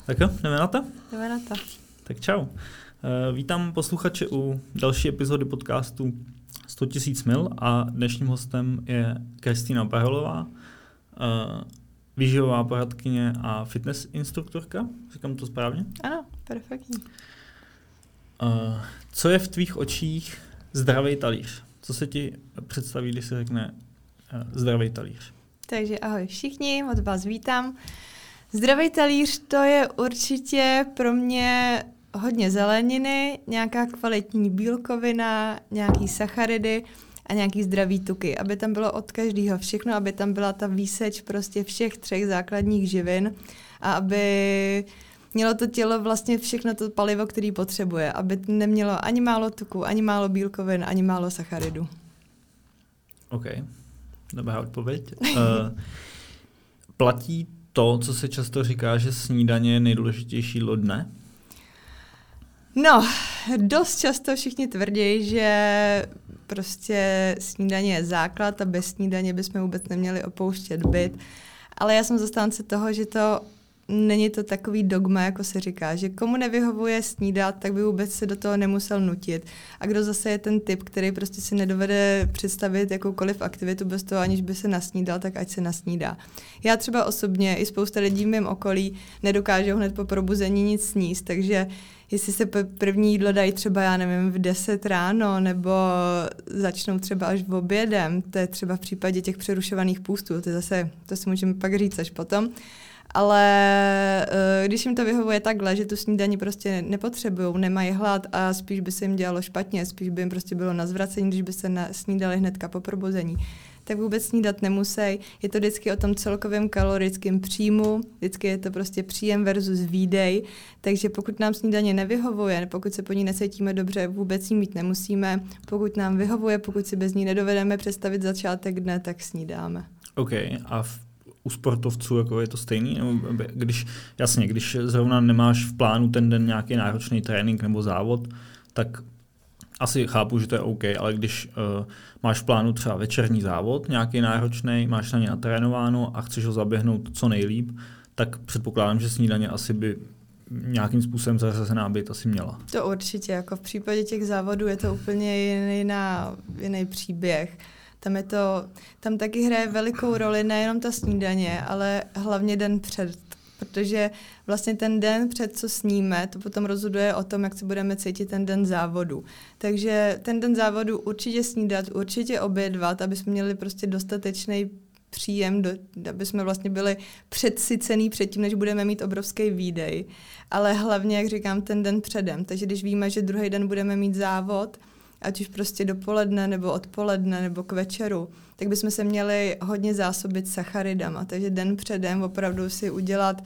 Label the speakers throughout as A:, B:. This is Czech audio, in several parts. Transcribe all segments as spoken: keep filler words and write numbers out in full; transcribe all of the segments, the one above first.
A: Tak jo, jdeme na to?
B: Jdeme na to.
A: Tak čau. Vítám posluchače u další epizody podcastu sto tisíc mil a dnešním hostem je Kristýna Paholová, výživová poradkyně a fitness instruktorka. Říkám to správně?
B: Ano, perfektní.
A: Co je v tvých očích zdravý talíř? Co se ti představí, když se řekne zdravý talíř?
B: Takže ahoj všichni, moc vás vítám. Zdravý talíř to je určitě pro mě hodně zeleniny, nějaká kvalitní bílkovina, nějaký sacharidy a nějaký zdravý tuky, aby tam bylo od každého všechno, aby tam byla ta výseč prostě všech třech základních živin a aby mělo to tělo vlastně všechno to palivo, který potřebuje, aby nemělo ani málo tuku, ani málo bílkovin, ani málo sacharidů.
A: OK, dobrá odpověď. uh, platí to, co se často říká, že snídaně je nejdůležitější jídlo dne?
B: No, dost často všichni tvrdí, že prostě snídaně je základ a bez snídaně bychom vůbec neměli opouštět byt. Ale já jsem zastánce toho, že to není to takový dogma, jako se říká, že komu nevyhovuje snídat, tak by vůbec se do toho nemusel nutit. A kdo zase je ten typ, který prostě si nedovede představit jakoukoliv aktivitu bez toho, aniž by se nasnídal, tak ať se nasnídá. Já třeba osobně i spousta lidí v mém okolí nedokážou hned po probuzení nic sníst, takže jestli se první jídlo dají třeba, já nevím, v deset ráno, nebo začnou třeba až v obědem, to je třeba v případě těch přerušovaných půstů, to zase, to si můžeme pak říct až potom. Ale když jim to vyhovuje takhle, že tu snídani prostě nepotřebujou, nemají hlad a spíš by se jim dělalo špatně, spíš by jim prostě bylo na zvracení, když by se snídali hnedka po probuzení, tak vůbec snídat nemusí. Je to vždycky o tom celkovém kalorickém příjmu, vždycky je to prostě příjem versus výdej, takže pokud nám snídaně nevyhovuje, pokud se po ní necítíme dobře, vůbec jí mít nemusíme. Pokud nám vyhovuje, pokud si bez ní nedovedeme představit začátek dne, tak snídáme.
A: OK, a v u sportovců jako je to stejný? Když, jasně, když zrovna nemáš v plánu ten den nějaký náročný trénink nebo závod, tak asi chápu, že to je OK, ale když uh, máš v plánu třeba večerní závod, nějaký náročný, máš na ně natrénováno a chceš ho zaběhnout co nejlíp, tak předpokládám, že snídaně asi by nějakým způsobem zařazená být asi měla.
B: To určitě, jako v případě těch závodů je to úplně jiná, jiný příběh. Tam, je to, tam taky hraje velikou roli nejenom ta snídaně, ale hlavně den před, protože vlastně ten den před, co sníme, to potom rozhoduje o tom, jak se budeme cítit ten den závodu. Takže ten den závodu určitě snídat, určitě obědvat, aby jsme měli prostě dostatečný příjem, do, aby jsme vlastně byli předsycený předtím, než budeme mít obrovský výdej. Ale hlavně, jak říkám, ten den předem. Takže když víme, že druhý den budeme mít závod, ať už prostě dopoledne, nebo odpoledne, nebo k večeru, tak bychom se měli hodně zásobit sacharidama. Takže den předem opravdu si udělat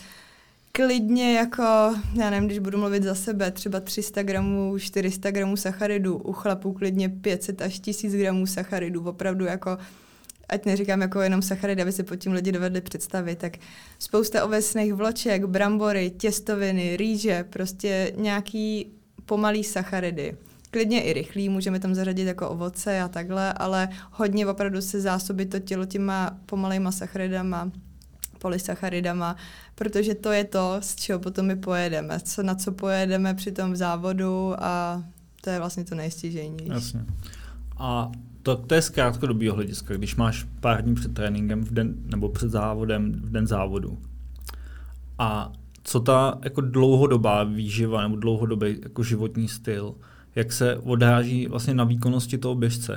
B: klidně jako, já nevím, když budu mluvit za sebe, třeba tři sta gramů, čtyři sta gramů sacharidů, u chlapů klidně pět set až tisíc gramů sacharidů, opravdu jako, ať neříkám jako jenom sacharidy, aby se pod tím lidi dovedli představit, tak spousta ovesných vloček, brambory, těstoviny, rýže, prostě nějaký pomalý sacharidy. Klidně i rychlý, můžeme tam zařadit jako ovoce a takhle, ale hodně opravdu se zásobit to tělo těma pomalejma sacharidama, polysacharidama, protože to je to, z čeho potom my pojedeme, co, na co pojedeme při tom závodu a to je vlastně to nejstěžejnější.
A: Jasně. A to, to je z krátkodobého hlediska, když máš pár dní před tréninkem v den, nebo před závodem v den závodu. A co ta jako dlouhodobá výživa nebo dlouhodobý jako životní styl, jak se odráží vlastně na výkonnosti toho běžce.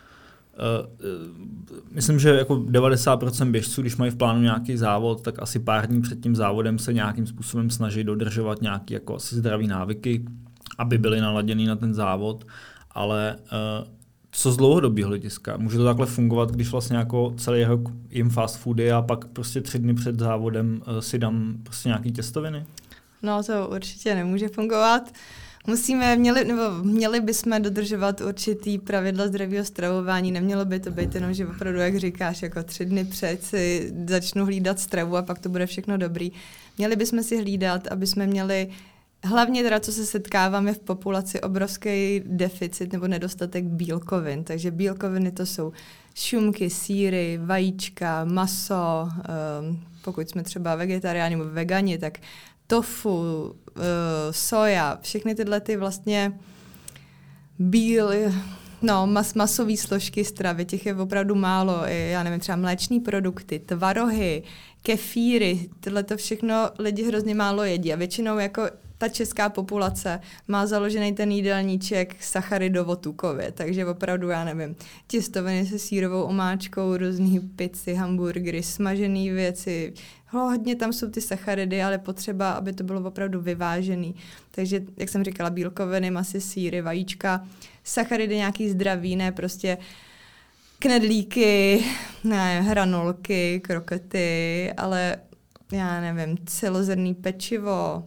A: Myslím, že jako devadesát procent běžců, když mají v plánu nějaký závod, tak asi pár dní před tím závodem se nějakým způsobem snaží dodržovat nějaké jako asi zdraví návyky, aby byli naladěný na ten závod, ale co z dlouhodobého hlediska? Může to takhle fungovat, když vlastně jako celý rok jim fast foody a pak prostě tři dny před závodem si dám prostě nějaký těstoviny?
B: No to určitě nemůže fungovat. Musíme, měli, nebo měli bychom dodržovat určitý pravidla zdravého stravování. Nemělo by to být jenom, že opravdu, jak říkáš, jako tři dny před si začnu hlídat stravu a pak to bude všechno dobrý. Měli bychom si hlídat, aby jsme měli, hlavně teda, co se setkáváme v populaci, obrovský deficit nebo nedostatek bílkovin. Takže bílkoviny to jsou šunky, sýry, vajíčka, maso, um, pokud jsme třeba vegetariáni nebo vegani, tak tofu, uh, soja, všechny tyhle ty vlastně bíl, no, mas, masové složky stravy, těch je opravdu málo. I, já nevím, třeba mléčné produkty, tvarohy, kefíry, tyhle to všechno lidi hrozně málo jedí a většinou jako ta česká populace má založený ten jídelníček sacharidovo-tukově, takže opravdu, já nevím, těstoviny se sýrovou omáčkou, různý pizzy, hamburgery, smažené věci, hodně tam jsou ty sacharidy, ale potřeba, aby to bylo opravdu vyvážený. Takže, jak jsem říkala, bílkoviny, masy, sýry, vajíčka, sacharidy nějaký zdravý, ne prostě knedlíky, ne, hranolky, krokety, ale já nevím, celozrnný pečivo,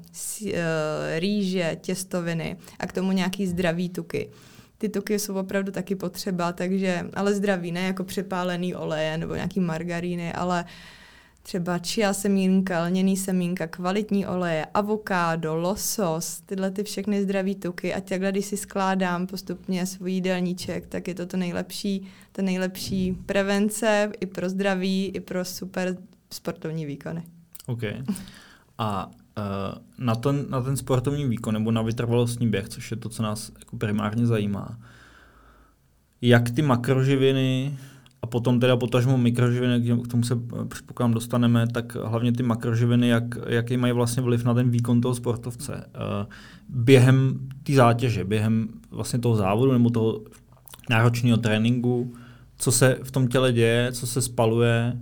B: rýže, těstoviny a k tomu nějaký zdravý tuky. Ty tuky jsou opravdu taky potřeba, takže, ale zdraví, ne jako přepálený oleje nebo nějaký margaríny, ale třeba chia semínka, lněný semínka, kvalitní oleje, avokádo, losos, tyhle ty všechny zdravý tuky a takhle, když si skládám postupně svůj jídelníček, tak je to to nejlepší, ta nejlepší prevence i pro zdraví, i pro super sportovní výkony.
A: OK. A uh, na, ten, na ten sportovní výkon nebo na vytrvalostní běh, což je to, co nás jako primárně zajímá, jak ty makroživiny a potom teda potažmo mikroživiny, k tomu se předpokládám dostaneme, tak hlavně ty makroživiny, jak, jaký mají vlastně vliv na ten výkon toho sportovce. Uh, během té zátěže, během vlastně toho závodu nebo toho náročného tréninku, co se v tom těle děje, co se spaluje,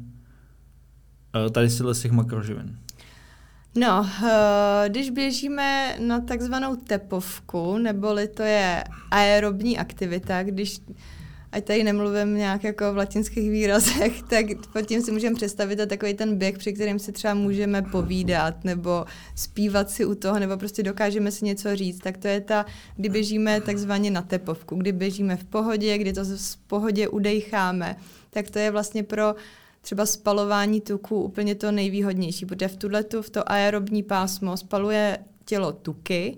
A: tady si z těch makroživin.
B: No, když běžíme na takzvanou tepovku, neboli to je aerobní aktivita, když, ať tady nemluvím nějak jako v latinských výrazech, tak pod tím si můžeme představit takový ten běh, při kterém si třeba můžeme povídat, nebo zpívat si u toho, nebo prostě dokážeme si něco říct. Tak to je ta, kdy běžíme takzvaně na tepovku, kdy běžíme v pohodě, kdy to v pohodě udejcháme. Tak to je vlastně pro třeba spalování tuku úplně to nejvýhodnější, protože v tuhletu, v to aerobní pásmo spaluje tělo tuky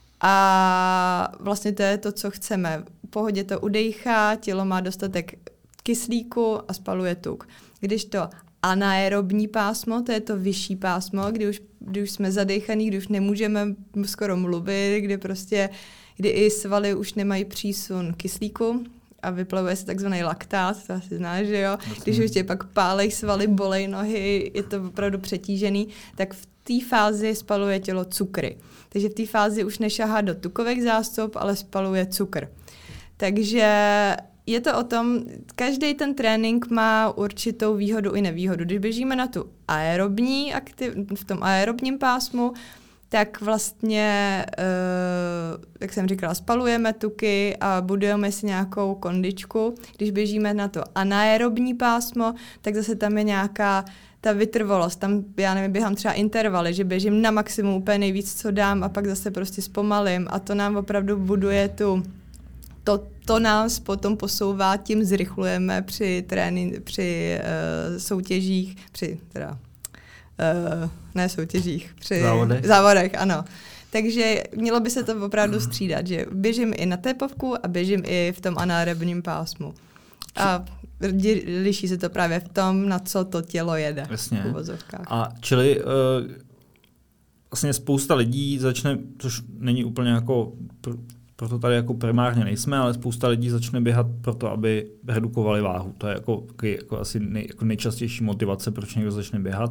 B: a vlastně to je to, co chceme. V pohodě to udejchá, tělo má dostatek kyslíku a spaluje tuk. Když to anaerobní pásmo, to je to vyšší pásmo, kdy už, kdy už jsme zadechaný, kdy už nemůžeme skoro mluvit, kdy prostě, kdy i svaly už nemají přísun kyslíku, a vyplavuje se takzvaný laktát, to asi znáš, že jo? Když už tě pak pálej svaly, bolej nohy, je to opravdu přetížený, tak v té fázi spaluje tělo cukry. Takže v té fázi už nešahá do tukových zásob, ale spaluje cukr. Takže je to o tom, každý ten trénink má určitou výhodu i nevýhodu. Když běžíme na tu aerobní aktiv, v tom aerobním pásmu, tak vlastně, jak jsem říkala, spalujeme tuky a budujeme si nějakou kondičku. Když běžíme na to anaerobní pásmo, tak zase tam je nějaká ta vytrvalost. Tam, já nevím, běhám třeba intervaly, že běžím na maximum úplně nejvíc, co dám a pak zase prostě zpomalím a to nám opravdu buduje tu, to, to nás potom posouvá, tím zrychlujeme při trénink, při uh, soutěžích, při teda Uh, ne soutěžích, při
A: závodech.
B: závodech, ano. Takže mělo by se to opravdu střídat, že běžím i na tepovku a běžím i v tom anaerobním pásmu. A liší se to právě v tom, na co to tělo jede.
A: Jasně.
B: V uvozovkách.
A: A čili uh, vlastně spousta lidí začne, což není úplně jako, proto tady jako primárně nejsme, ale spousta lidí začne běhat proto, aby redukovali váhu. To je jako, jako asi nej, jako nejčastější motivace, proč někdo začne běhat.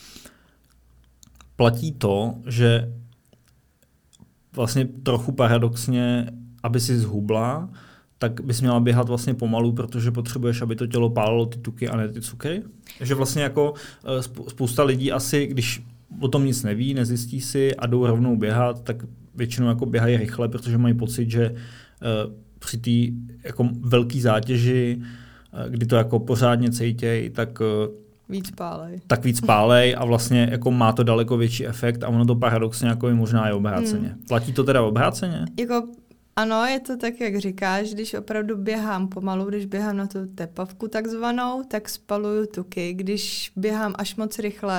A: Platí to, že vlastně trochu paradoxně, aby si zhubla, tak bys měla běhat vlastně pomalu, protože potřebuješ, aby to tělo pálilo ty tuky a ne ty cukry. Takže vlastně jako spousta lidí asi, když o tom nic neví, nezjistí si a jdou rovnou běhat, tak většinou jako běhají rychle, protože mají pocit, že uh, při té jako velké zátěži, uh, kdy to jako pořádně cítěj, tak uh,
B: víc pálej.
A: Tak víc pálej a vlastně jako má to daleko větší efekt a ono to paradoxně jako je možná i obráceně. Hmm. Platí to teda obráceně?
B: Jako ano, je to tak, jak říkáš, když opravdu běhám pomalu, když běhám na tu tepovku takzvanou, tak spaluju tuky. Když běhám až moc rychle,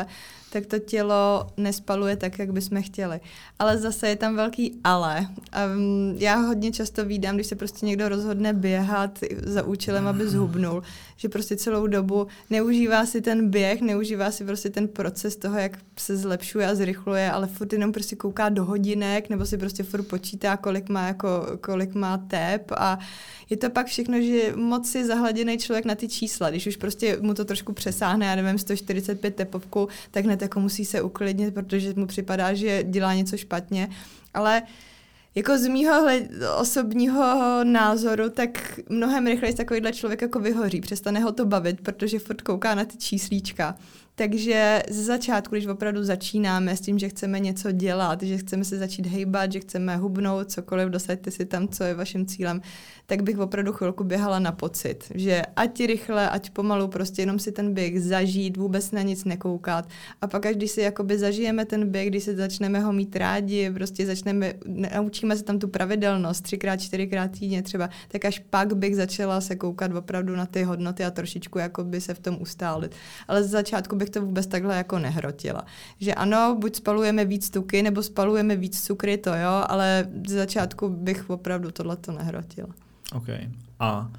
B: tak to tělo nespaluje tak, jak bychom chtěli. Ale zase je tam velký ale. Um, já hodně často vídám, když se prostě někdo rozhodne běhat za účelem, aby zhubnul, že prostě celou dobu neužívá si ten běh, neužívá si prostě ten proces toho, jak se zlepšuje a zrychluje, ale furt jenom prostě kouká do hodinek, nebo si prostě furt počítá, kolik má, jako, kolik má tep a je to pak všechno, že moc je zahladěný člověk na ty čísla. Když už prostě mu to trošku přesáhne, já nevím, sto čtyřicet pět tepovku, tak hned jako musí se uklidnit, protože mu připadá, že dělá něco špatně. Ale jako z mýho hled, osobního názoru, tak mnohem rychleji takovýhle člověk jako vyhoří. Přestane ho to bavit, protože furt kouká na ty číslíčka. Takže ze začátku, když opravdu začínáme s tím, že chceme něco dělat, že chceme se začít hejbat, že chceme hubnout, cokoliv, dosaďte si tam, co je vaším cílem, tak bych opravdu chvilku běhala na pocit, že ať rychle, ať pomalu, prostě jenom si ten běh zažít, vůbec na nic nekoukat. A pak až když si jakoby zažijeme ten běh, když se začneme ho mít rádi, prostě začneme, naučíme se tam tu pravidelnost, třikrát, čtyřikrát týdně třeba, tak až pak bych začala se koukat opravdu na ty hodnoty a trošičku jakoby se v tom ustálit. Ale z začátku bych to vůbec takhle jako nehrotila. Že ano, buď spalujeme víc tuky, nebo spalujeme víc cukry, to jo, ale z začátku bych opravdu tohleto nehrotila.
A: OK. A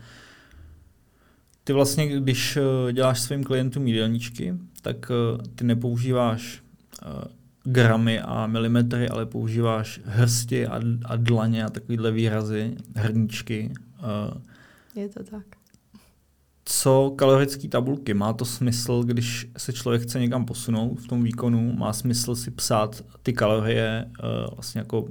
A: ty vlastně, když děláš svým klientům jídelníčky, tak ty nepoužíváš gramy a milimetry, ale používáš hrsti a, a dlaně a takovýhle výrazy, hrníčky.
B: Je to tak. Co
A: kalorické tabulky? Má to smysl, když se člověk chce někam posunout v tom výkonu? Má smysl si psát ty kalorie uh, vlastně jako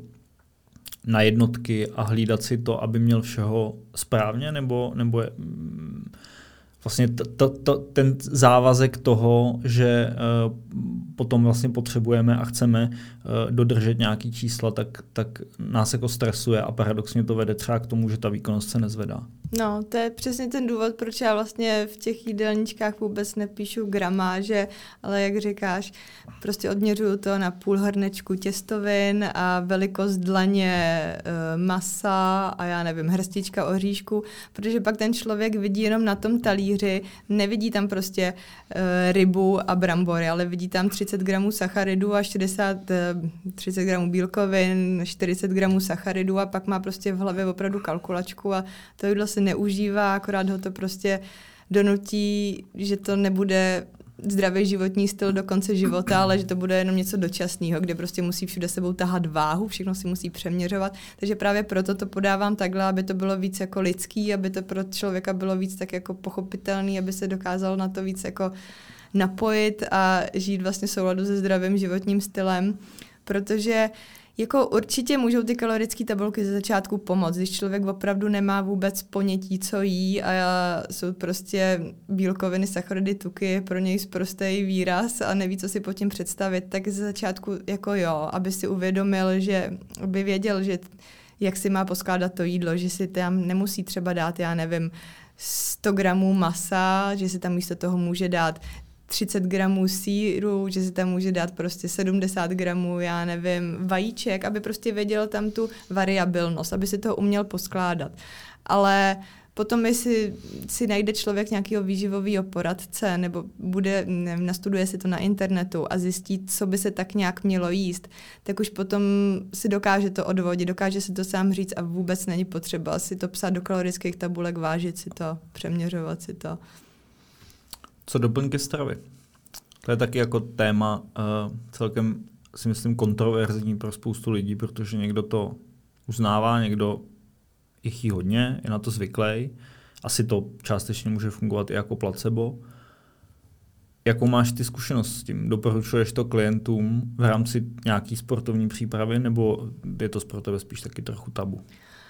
A: na jednotky a hlídat si to, aby měl všeho správně? Nebo, nebo je, um, vlastně t, t, t, ten závazek toho, že uh, potom vlastně potřebujeme a chceme uh, dodržet nějaký čísla, tak, tak nás jako stresuje a paradoxně to vede třeba k tomu, že ta výkonnost se nezvedá.
B: No, to je přesně ten důvod, proč já vlastně v těch jídelníčkách vůbec nepíšu gramáže, ale jak říkáš, prostě odměřuju to na půl hrnečku těstovin a velikost dlaně e, masa a já nevím, hrstička oříšku, protože pak ten člověk vidí jenom na tom talíři, nevidí tam prostě e, rybu a brambory, ale vidí tam třicet gramů sacharidů a šedesát, e, třicet gramů bílkovin, čtyřicet gramů sacharidů a pak má prostě v hlavě opravdu kalkulačku a to jídlo se neužívá, akorát ho to prostě donutí, že to nebude zdravý životní styl do konce života, ale že to bude jenom něco dočasného, kde prostě musí všude sebou tahat váhu, všechno si musí přeměřovat. Takže právě proto to podávám takhle, aby to bylo víc jako lidský, aby to pro člověka bylo víc tak jako pochopitelný, aby se dokázal na to víc jako napojit a žít vlastně v souladu se zdravým životním stylem, protože jako určitě můžou ty kalorické tabulky ze začátku pomoct, když člověk opravdu nemá vůbec ponětí, co jí a jsou prostě bílkoviny, sacharidy, tuky, pro něj sprostý výraz a neví, co si pod tím představit, tak ze začátku jako jo, aby si uvědomil, že by věděl, že jak si má poskládat to jídlo, že si tam nemusí třeba dát, já nevím, sto gramů masa, že si tam místo toho může dát třicet gramů sýru, že si tam může dát prostě sedmdesát gramů, já nevím, vajíček, aby prostě věděl tam tu variabilnost, aby si to uměl poskládat. Ale potom, jestli si najde člověk nějakého výživového poradce nebo bude, nevím, nastuduje si to na internetu a zjistí, co by se tak nějak mělo jíst, tak už potom si dokáže to odvodit, dokáže si to sám říct a vůbec není potřeba si to psát do kalorických tabulek, vážit si to, přeměřovat si to.
A: Co doplňky stravy? To je taky jako téma uh, celkem, si myslím, kontroverzní pro spoustu lidí, protože někdo to uznává, někdo jich jí hodně, je na to zvyklý. Asi to částečně může fungovat i jako placebo. Jakou máš ty zkušenost s tím? Doporučuješ to klientům v rámci nějaký sportovní přípravy, nebo je to pro tebe spíš taky trochu tabu?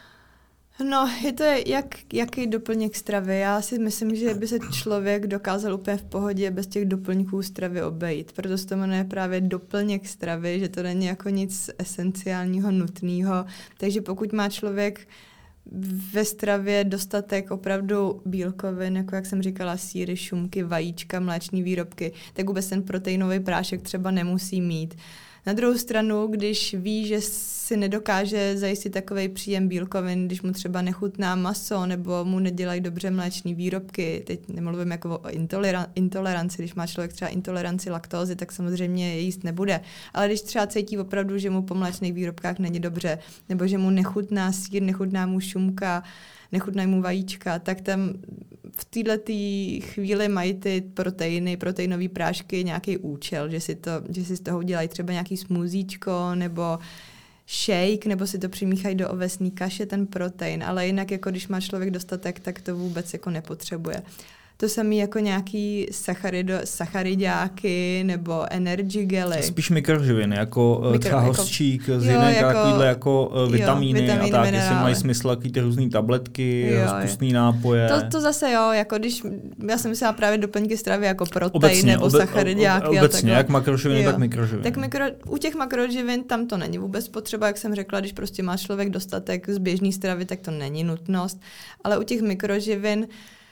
B: No, je to jak, jaký doplněk stravy. Já si myslím, že by se člověk dokázal úplně v pohodě bez těch doplňků stravy obejít. Proto se to jmenuje právě doplněk stravy, že to není jako nic esenciálního, nutného. Takže pokud má člověk ve stravě dostatek opravdu bílkovin, jako jak jsem říkala, sýry, šunky, vajíčka, mléčné výrobky, tak vůbec ten proteinový prášek třeba nemusí mít. Na druhou stranu, když ví, že si nedokáže zajistit takovej příjem bílkovin, když mu třeba nechutná maso nebo mu nedělají dobře mléčné výrobky, teď nemluvím jako o intoleran- intoleranci, když má člověk třeba intoleranci laktózy, tak samozřejmě je jíst nebude. Ale když třeba cítí opravdu, že mu po mléčných výrobkách není dobře, nebo že mu nechutná sýr, nechutná mu šunka, nechutnají mu vajíčka, tak tam v této chvíli mají ty proteiny, proteinové prášky nějaký účel, že si, to, že si z toho udělají třeba nějaký smoothíčko nebo shake, nebo si to přimíchají do ovesní kaše, ten protein, ale jinak jako když má člověk dostatek, tak to vůbec jako nepotřebuje. To samé jako nějaký sacharido, sacharidáky nebo energy gely.
A: Spíš mikroživiny, jako
B: Mikro,
A: třeba
B: jako,
A: hořčík, z
B: jo,
A: jiné
B: jako,
A: takovýhle jako jo, vitamíny,
B: vitamíny
A: a tak, jestli
B: minerály.
A: mají smysl takový ty různý tabletky,
B: Jo,
A: rozpustný nápoje.
B: To, to zase jo, jako když, já jsem myslela právě doplňky stravy jako protein
A: obecně,
B: nebo
A: obe,
B: sacharidáky.
A: Obecně, obecně jak makroživiny,
B: jo.
A: tak mikroživiny.
B: Tak mikro, u těch makroživin tam to není vůbec potřeba, jak jsem řekla, když prostě má člověk dostatek z běžné stravy, tak to není nutnost, ale u těch mikroživin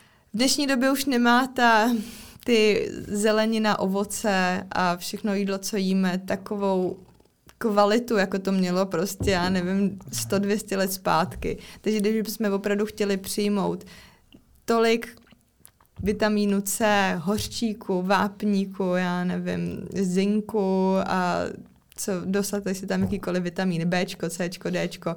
B: v dnešní době už nemá ta, ty zelenina, ovoce a všechno jídlo, co jíme, takovou kvalitu, jako to mělo prostě, já nevím, sto dvě stě let zpátky. Takže když bychom opravdu chtěli přijmout tolik vitamínu C, hořčíku, vápníku, já nevím, zinku a co dostat si tam jakýkoliv vitamíny, Bčko, Cčko, Dčko,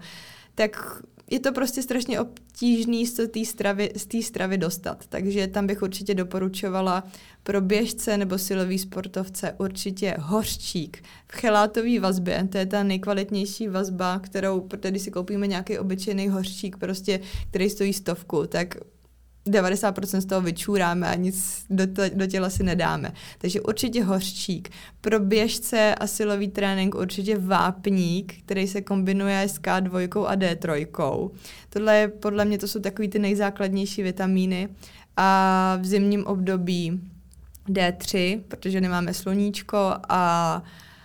B: tak je to prostě strašně obtížný z té stravy, z té stravy dostat. Takže tam bych určitě doporučovala pro běžce nebo silový sportovce určitě hořčík v chelátové vazbě. To je ta nejkvalitnější vazba, kterou, protože když si koupíme nějaký obyčejný hořčík, prostě, který stojí stovku, tak devadesát procent z toho vyčůráme a nic do, t- do těla si nedáme. Takže určitě hořčík. Pro běžce a silový trénink určitě vápník, který se kombinuje s ká dva a dé tři. Tohle je, podle mě to jsou takový ty nejzákladnější vitamíny. A v zimním období dé tři, protože nemáme sluníčko, a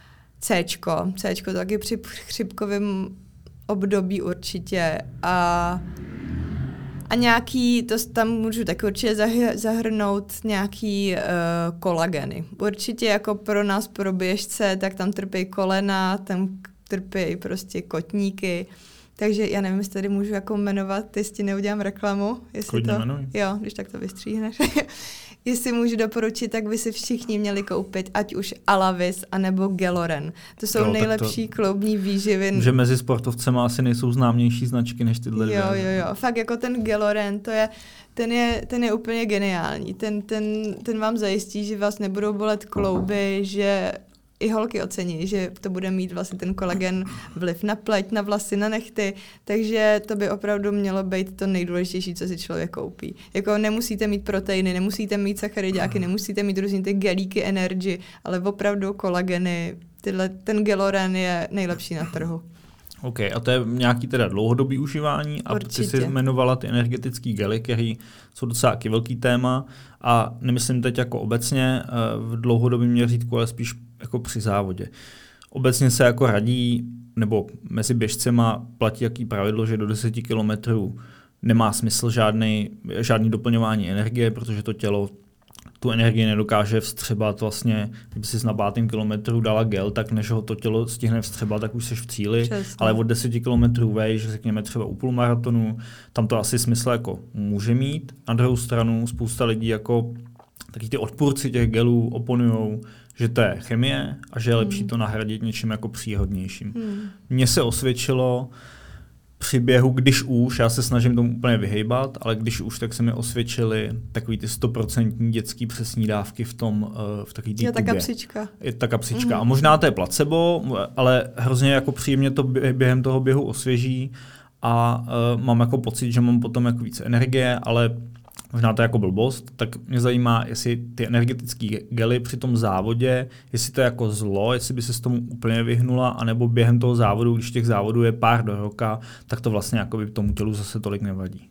B: Cčko. Cčko taky při chřipkovém období určitě. A A nějaký, to tam můžu tak určitě zahrnout nějaký uh, kolageny. Určitě jako pro nás, pro běžce, tak tam trpí kolena, tam trpí prostě kotníky. Takže já nevím, jestli tady můžu jako jmenovat, jestli neudělám reklamu. Jestli
A: Klidně
B: to,
A: jmenuj.
B: Jo, když tak to vystříhneš. Jestli můžu doporučit, tak by si všichni měli koupit, ať už Alavis, anebo Geloren. To jsou
A: jo,
B: nejlepší to, kloubní výživy.
A: Že mezi sportovcema asi nejsou známější značky než tyhle dvě.
B: Jo, jo, jo. Fakt jako ten Geloren, to je, ten je, ten je úplně geniální. Ten, ten, ten vám zajistí, že vás nebudou bolet klouby, že i holky ocení, že to bude mít vlastně ten kolagen vliv na pleť, na vlasy, na nechty, takže to by opravdu mělo být to nejdůležitější, co si člověk koupí. Jako nemusíte mít proteiny, nemusíte mít sacharidáky, nemusíte mít různý ty gelíky, energy, ale opravdu kolageny, tyhle, ten Geloren je nejlepší na trhu.
A: OK, a to je nějaký teda dlouhodobý užívání a
B: Určitě.
A: ty jsi jmenovala ty energetický gely, které jsou docela taky velký téma a nemyslím teď jako obecně v dlouhodobém měřítku, ale spíš jako při závodě. Obecně se jako radí, nebo mezi běžcema platí jaký pravidlo, že do deseti kilometrů nemá smysl žádný, žádný doplňování energie, protože to tělo tu energii nedokáže vstřebat vlastně, kdyby si na pátém kilometru dala gel, tak než ho to tělo stihne vstřebat, tak už seš v cíli,
B: Přesně.
A: ale od deseti kilometrů vejš, řekněme třeba u půlmaratonu, tam to asi smysl jako může mít. Na druhou stranu spousta lidí jako taky ty odpůrci těch gelů oponujou, že to je chemie a že je lepší
B: hmm.
A: to nahradit něčím jako příhodnějším.
B: Hmm.
A: Mně se osvědčilo při běhu, když už, já se snažím tomu úplně vyhejbat, ale když už, tak se mi osvědčily takový ty stoprocentní dětský přesní dávky v tom, v takový té
B: Jo, ta
A: tubě.
B: kapsička.
A: Je ta kapsička.
B: Mm.
A: A možná to je placebo, ale hrozně jako příjemně to během toho běhu osvěží a uh, mám jako pocit, že mám potom jako víc energie, ale možná to je jako blbost, tak mě zajímá, jestli ty energetické gely při tom závodě, jestli to je jako zlo, jestli by se s tomu úplně vyhnula, anebo během toho závodu, když těch závodů je pár do roka, tak to vlastně jako by tomu tělu zase tolik nevadí.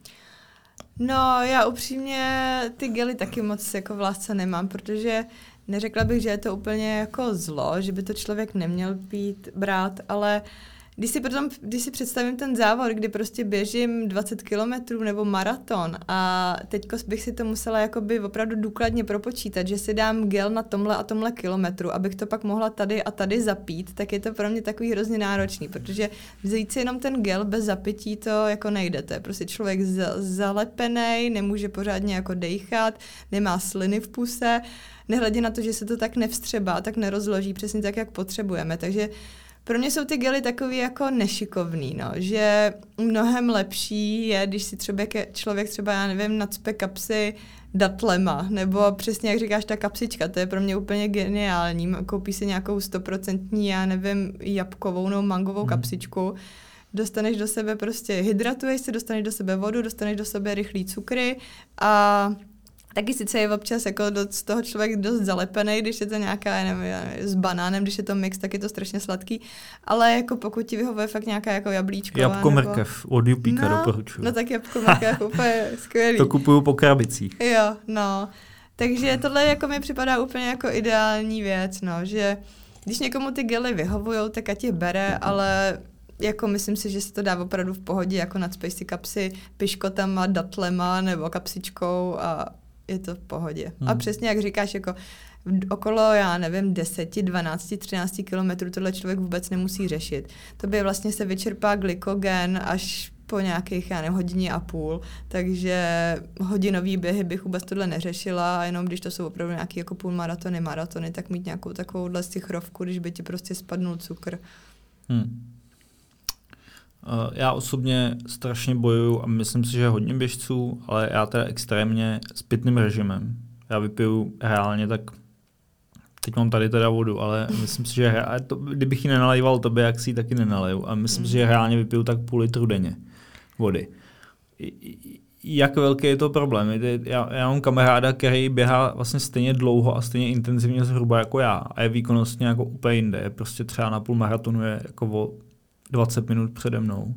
B: No, já upřímně ty gely taky moc jako v lásce nemám, protože neřekla bych, že je to úplně jako zlo, že by to člověk neměl být brát, ale Když si, potom, když si představím ten závod, kdy prostě běžím dvacet kilometrů nebo maraton a teďko bych si to musela jakoby opravdu důkladně propočítat, že si dám gel na tomhle a tomhle kilometru, abych to pak mohla tady a tady zapít, tak je to pro mě takový hrozně náročný, protože vzít si jenom ten gel bez zapití to jako nejde. To je prostě člověk za- zalepenej, nemůže pořádně jako dejchat, nemá sliny v puse, nehledě na to, že se to tak nevstřebá, tak nerozloží přesně tak, jak potřebujeme. Takže pro mě jsou ty gely takový jako nešikovný, no, že mnohem lepší je, když si třeba člověk třeba, já nevím, nacpe kapsy datlema, nebo přesně jak říkáš, ta kapsička, to je pro mě úplně geniální. Koupí si nějakou stoprocentní, já nevím, jabkovou nebo mangovou hmm. kapsičku, dostaneš do sebe prostě, hydratuješ se, dostaneš do sebe vodu, dostaneš do sebe rychlý cukry a taky sice je občas jako do, z toho člověk dost zalepený, když je to nějaká, já nevím, s banánem, když je to mix, tak je to strašně sladký, ale jako pokud ti vyhovuje fakt nějaká jako jablíčková.
A: Jabko
B: nebo...
A: mrkev od Jupíka
B: no,
A: doporučuji.
B: No tak jabko mrkev, úplně skvělý.
A: To kupuju po krabicích.
B: Jo, no. Takže tohle jako mi připadá úplně jako ideální věc, no, že když někomu ty gely vyhovujou, tak ať je bere, ale jako myslím si, že se to dá opravdu v pohodě, jako nacpej si kapsy piškotama, datlema nebo kapsičkou a je to v pohodě. Hmm. A přesně jak říkáš, jako okolo, já nevím, deset, dvanáct, třináct kilometrů tohle člověk vůbec nemusí řešit. To by vlastně se vyčerpá glykogen až po nějakých, já nevím, hodině a půl, takže hodinový běhy bych vůbec tohle neřešila a jenom když to jsou opravdu nějaký jako půlmaratony, maratony, tak mít nějakou takovouhle stichrovku, když by ti prostě spadnul cukr.
A: Hmm. Já osobně strašně bojuju a myslím si, že hodně běžců, ale já teda extrémně s pitným režimem. Já vypiju reálně tak, teď mám tady teda vodu, ale myslím si, že to, kdybych ji nenalejval tobě, jak si ji taky nenaleju. A myslím mm. si, že reálně vypiju tak půl litru denně vody. Jak velký je to problém? Já, já mám kamaráda, který běhá vlastně stejně dlouho a stejně intenzivně zhruba jako já a je výkonnostně jako úplně jinde. Je prostě třeba na půl maratonu je jako o dvacet minut přede mnou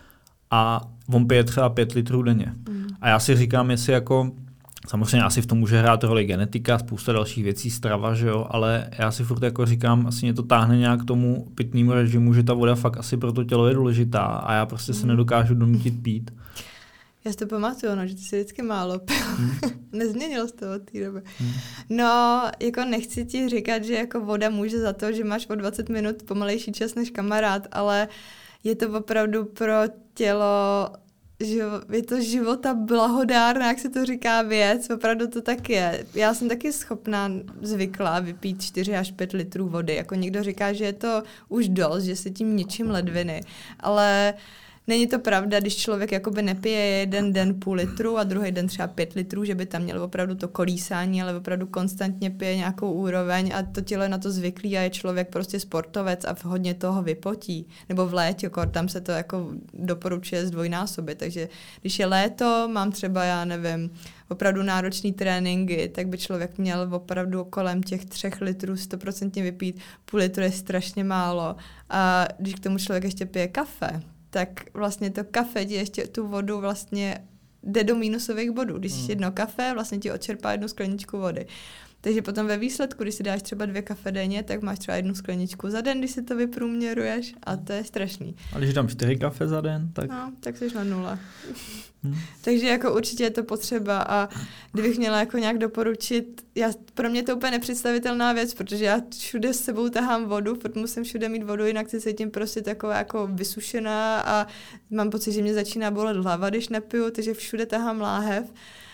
A: a on pije třeba pět litrů denně. Mm. A já si říkám, jestli jako, samozřejmě asi v tom může hrát roli genetika, spousta dalších věcí, strava, že jo, ale já si furt jako říkám, asi mě to táhne nějak k tomu pitnému režimu, že ta voda fakt asi pro to tělo je důležitá a já prostě mm. se nedokážu donutit pít.
B: Já si to pamatuju, no, že ty jsi vždycky málo pil. Hmm. Nezměnilo se to od té doby. Hmm. No, jako nechci ti říkat, že jako voda může za to, že máš o dvacet minut pomalejší čas než kamarád, ale je to opravdu pro tělo, je to života blahodárná, jak se to říká věc, opravdu to tak je. Já jsem taky schopná zvyklá vypít čtyři až pět litrů vody. Jako někdo říká, že je to už dost, že se tím ničím ledviny, ale není to pravda, když člověk jakoby nepije jeden den půl litru a druhý den třeba pět litrů, že by tam měl opravdu to kolísání, ale opravdu konstantně pije nějakou úroveň a to tělo je na to zvyklý a je člověk prostě sportovec a hodně toho vypotí. Nebo v létě, tam se to jako doporučuje zdvojnásobit, takže když je léto, mám třeba, já nevím, opravdu náročný tréninky, tak by člověk měl opravdu kolem těch třech litrů stoprocentně vypít, půl litru je strašně málo a když k tomu člověk ještě pije kafe, tak vlastně to kafe ti ještě tu vodu vlastně jde do mínusových bodů. Když si jedno kafe, vlastně ti odčerpá jednu skleničku vody. Takže potom ve výsledku, když si dáš třeba dvě kafe denně, tak máš třeba jednu skleničku za den, když si to vyprůměruješ a to je strašný.
A: A když dám čtyři kafe za den, tak...
B: No, tak jsi na nule. Hmm. Takže jako určitě je to potřeba a kdybych měla jako nějak doporučit, já, pro mě je to úplně nepředstavitelná věc, protože já všude s sebou tahám vodu, protože musím všude mít vodu, jinak se cítím prostě taková jako vysušená a mám pocit, že mě začíná bolet hlava, když nepiju, takže všude tahám láhev.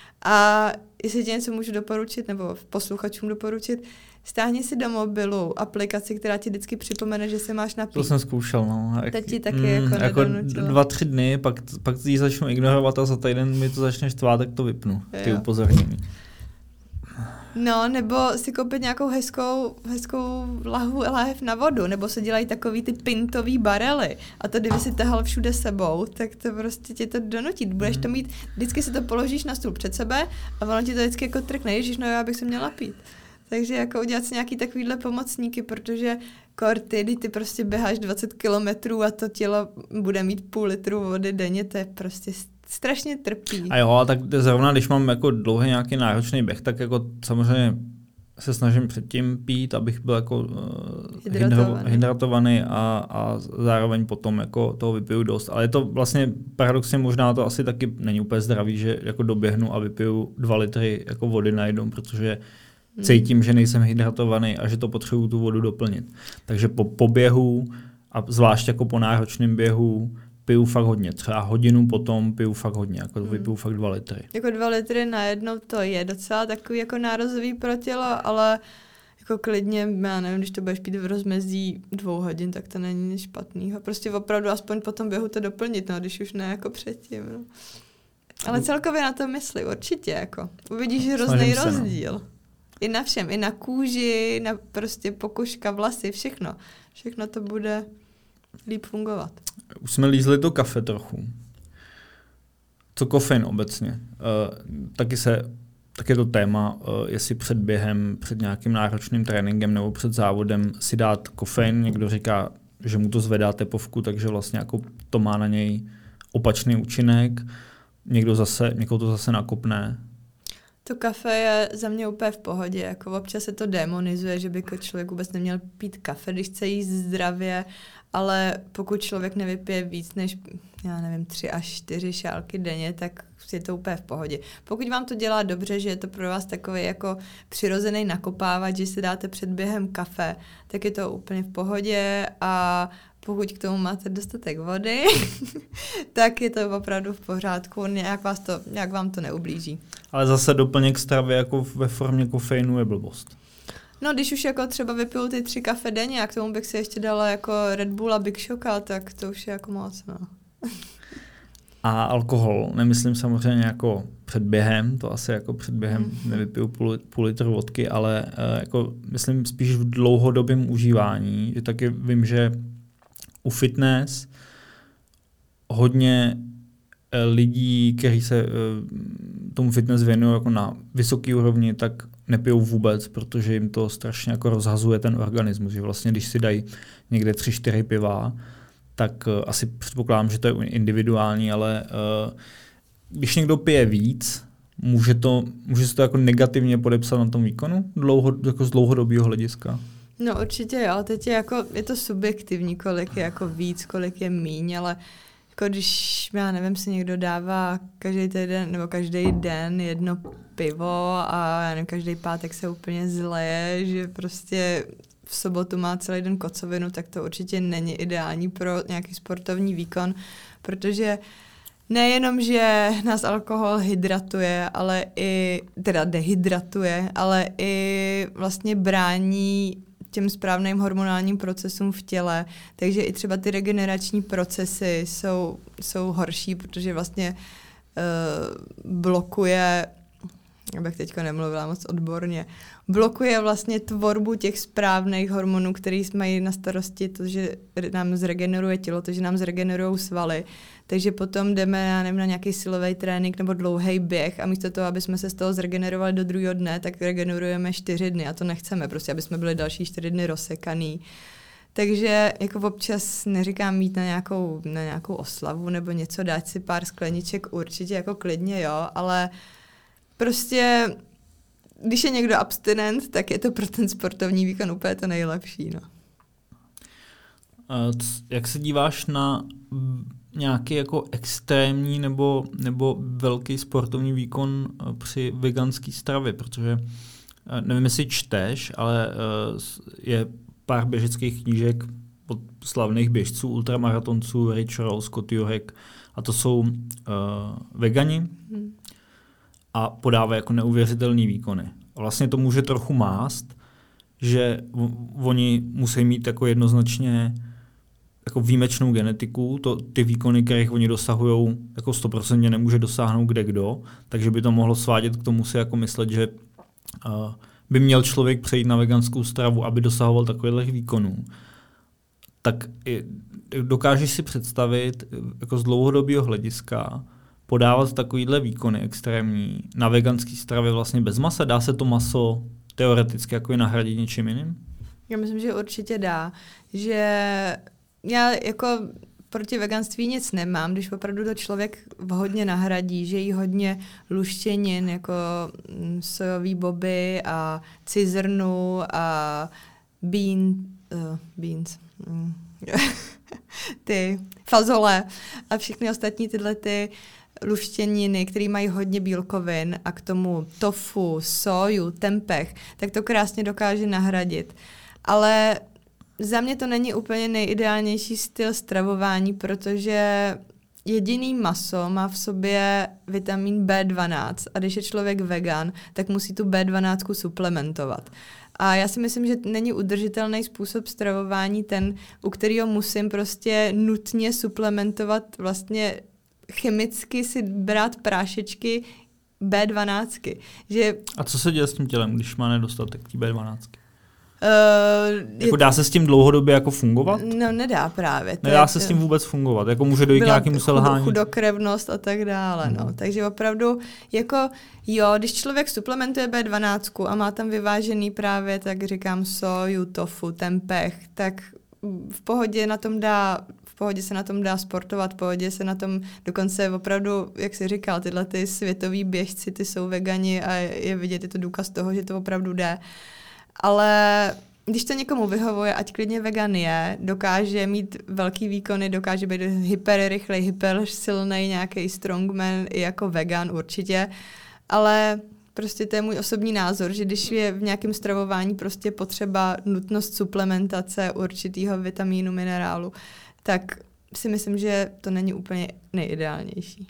B: A jestli ti něco můžu doporučit, nebo posluchačům doporučit, stáhni si do mobilu aplikaci, která ti vždycky připomene, že se máš napít.
A: To jsem zkoušel, no. Jak,
B: Teď ti taky
A: mm,
B: jako
A: jako
B: nedonutila.
A: Dva, tři dny, pak, pak ji začnu ignorovat a za týden mi to začne štvát, tak to vypnu, ty upozornění.
B: No, nebo si koupit nějakou hezkou, hezkou lahu, láhev na vodu, nebo se dělají takový ty pintový barely. A to, kdyby si tahal všude sebou, tak to prostě tě to donutí. Budeš to mít, vždycky si to položíš na stůl před sebe a ono ti to vždycky jako trkne, ježiš, no já bych se měla pít. Takže jako udělat si nějaký takovýhle pomocníky, protože korty, kdy ty prostě běháš dvacet kilometrů a to tělo bude mít půl litru vody denně, to je prostě strašně trpí.
A: A jo, tak zrovna když mám jako dlouhý nějaký náročný běh, tak jako samozřejmě se snažím předtím pít, abych byl jako uh,
B: hydratovaný,
A: hydratovaný a, a zároveň potom jako toho vypiju dost. Ale je to vlastně paradoxně možná to asi taky není úplně zdravý, že jako doběhnu a vypiju dva litry jako vody najednou, protože hmm. cítím, že nejsem hydratovaný a že to potřebuju tu vodu doplnit. Takže po poběhu a zvlášť jako po náročném běhu piju fakt hodně. Třeba hodinu potom piju fakt hodně, jako hmm. vypiju fakt dva litry.
B: Jako dva litry najednou to je docela takový jako nárazový pro tělo, ale jako klidně, já nevím, když to budeš pít v rozmezí dvou hodin, tak to není nic špatného. Prostě opravdu aspoň po tom běhu to doplnit, no, když už ne jako předtím. No. Ale celkově na to mysli, určitě. Jako. Uvidíš hrozný rozdíl. No. I na všem, i na kůži, na prostě pokožka, vlasy, všechno. Všechno to bude líp fungovat.
A: Už jsme lízli to kafe trochu. Co kofein obecně? Uh, taky se, tak je to téma, uh, jestli před během, před nějakým náročným tréninkem nebo před závodem si dát kofein. Někdo říká, že mu to zvedá tepovku, takže vlastně jako to má na něj opačný účinek. Někdo zase, někoho to zase nakopne.
B: To kafe je za mě úplně v pohodě. Jako občas se to demonizuje, že by člověk vůbec neměl pít kafe, když chce jíst zdravě, ale pokud člověk nevypije víc než, já nevím, tři až čtyři šálky denně, tak je to úplně v pohodě. Pokud vám to dělá dobře, že je to pro vás takový jako přirozený nakopávač, že si dáte před během kafe, tak je to úplně v pohodě a pokud k tomu máte dostatek vody, tak je to opravdu v pořádku, nějak, vás to, nějak vám to neublíží.
A: Ale zase doplněk stravy jako ve formě kofeinu je blbost.
B: No, když už jako třeba vypiju ty tři kafe denně a k tomu bych si ještě dala jako Red Bull a Big Shocka, tak to už je jako moc, no.
A: A alkohol, nemyslím samozřejmě jako před během, to asi jako před během mm. nevypiju půl, půl litru vodky, ale uh, jako myslím spíš v dlouhodobém užívání, že taky vím, že u fitness hodně uh, lidí, kteří se uh, tomu fitness věnují jako na vysoké úrovni, tak nepijou vůbec, protože jim to strašně jako rozhazuje ten organismus, že vlastně když si dají někde tři, čtyři piva, tak uh, asi předpokládám, že to je individuální, ale uh, když někdo pije víc, může, to, může se to jako negativně podepsat na tom výkonu dlouho, jako z dlouhodobého hlediska?
B: No určitě jo, teď je, jako, je to subjektivní, kolik je jako víc, kolik je míň, ale jako když, já nevím, si někdo dává každý týden nebo každý den jedno pivo a já nevím, každý pátek se úplně zleje, že prostě v sobotu má celý den kocovinu, tak to určitě není ideální pro nějaký sportovní výkon, protože nejenom, že nás alkohol hydratuje, ale i, teda dehydratuje, ale i vlastně brání těm správným hormonálním procesům v těle, takže i třeba ty regenerační procesy jsou, jsou horší, protože vlastně uh, blokuje, abych teďka nemluvila moc odborně, blokuje vlastně tvorbu těch správných hormonů, který mají na starosti to, že nám zregeneruje tělo, to, že nám zregenerují svaly. Takže potom jdeme, já nevím, na nějaký silový trénink nebo dlouhý běh a místo toho, aby jsme se z toho zregenerovali do druhého dne, tak regenerujeme čtyři dny a to nechceme, prostě, aby jsme byli další čtyři dny rozsekaný. Takže jako občas neříkám mít na nějakou, na nějakou oslavu nebo něco, dát si pár skleniček určitě jako klidně, jo, ale prostě když je někdo abstinent, tak je to pro ten sportovní výkon úplně to nejlepší, no.
A: Jak se díváš na nějaký jako extrémní nebo, nebo velký sportovní výkon při veganské stravě, protože nevím, jestli čteš, ale je pár běžeckých knížek od slavných běžců, ultramaratonců, Rich Roll, Scott Jurek, a to jsou uh, vegani hmm. a podávají jako neuvěřitelný výkony. A vlastně to může trochu mást, že v, oni musí mít jako jednoznačně jako výjimečnou genetiku, to, ty výkony, kterých oni dosahují, jako sto procent nemůže dosáhnout kde kdo, takže by to mohlo svádět k tomu si jako myslet, že uh, by měl člověk přejít na veganskou stravu, aby dosahoval takových výkonů. Tak i, dokážeš si představit jako z dlouhodobého hlediska podávat takovýhle výkony extrémní na veganské stravě vlastně bez masa? Dá se to maso teoreticky jako i nahradit něčím jiným?
B: Já myslím, že určitě dá. Že já jako proti veganství nic nemám, když opravdu to člověk hodně nahradí, že jí hodně luštěnin, jako sojový boby a cizrnu a bean, uh, beans, mm. ty fazole a všechny ostatní tyhle ty luštěniny, které mají hodně bílkovin a k tomu tofu, soju, tempeh, tak to krásně dokáže nahradit. Ale za mě to není úplně nejideálnější styl stravování, protože jediný maso má v sobě vitamin bé dvanáct a když je člověk vegan, tak musí tu bé dvanáct suplementovat. A já si myslím, že není udržitelný způsob stravování ten, u kterého musím prostě nutně suplementovat, vlastně chemicky si brát prášečky bé dvanáct. Že...
A: A co se děje s tím tělem, když má nedostatek té bé dvanáct?
B: Uh,
A: jako dá se s tím dlouhodobě jako fungovat?
B: No nedá právě.
A: Nedá se s tím vůbec fungovat. Jako může dojít k nějakému selhání.
B: Chudokrevnost a tak dále. Hmm. No. Takže opravdu jako jo, když člověk suplementuje bé dvanáct a má tam vyvážený právě, tak říkám soju, tofu, tempeh, tak v pohodě na tom dá v pohodě se na tom dá sportovat, v pohodě se na tom dokonce opravdu, jak jsi říkal, tyhle ty světoví běžci, ty jsou vegani a je vidět, je to důkaz toho, že to opravdu jde. Ale když to někomu vyhovuje, ať klidně vegan je, dokáže mít velký výkony, dokáže být hyperrychlej, hypersilnej, nějaký strongman i jako vegan určitě, ale prostě to je můj osobní názor, že když je v nějakém stravování prostě potřeba nutnost suplementace určitýho vitamínu, minerálu, tak si myslím, že to není úplně nejideálnější.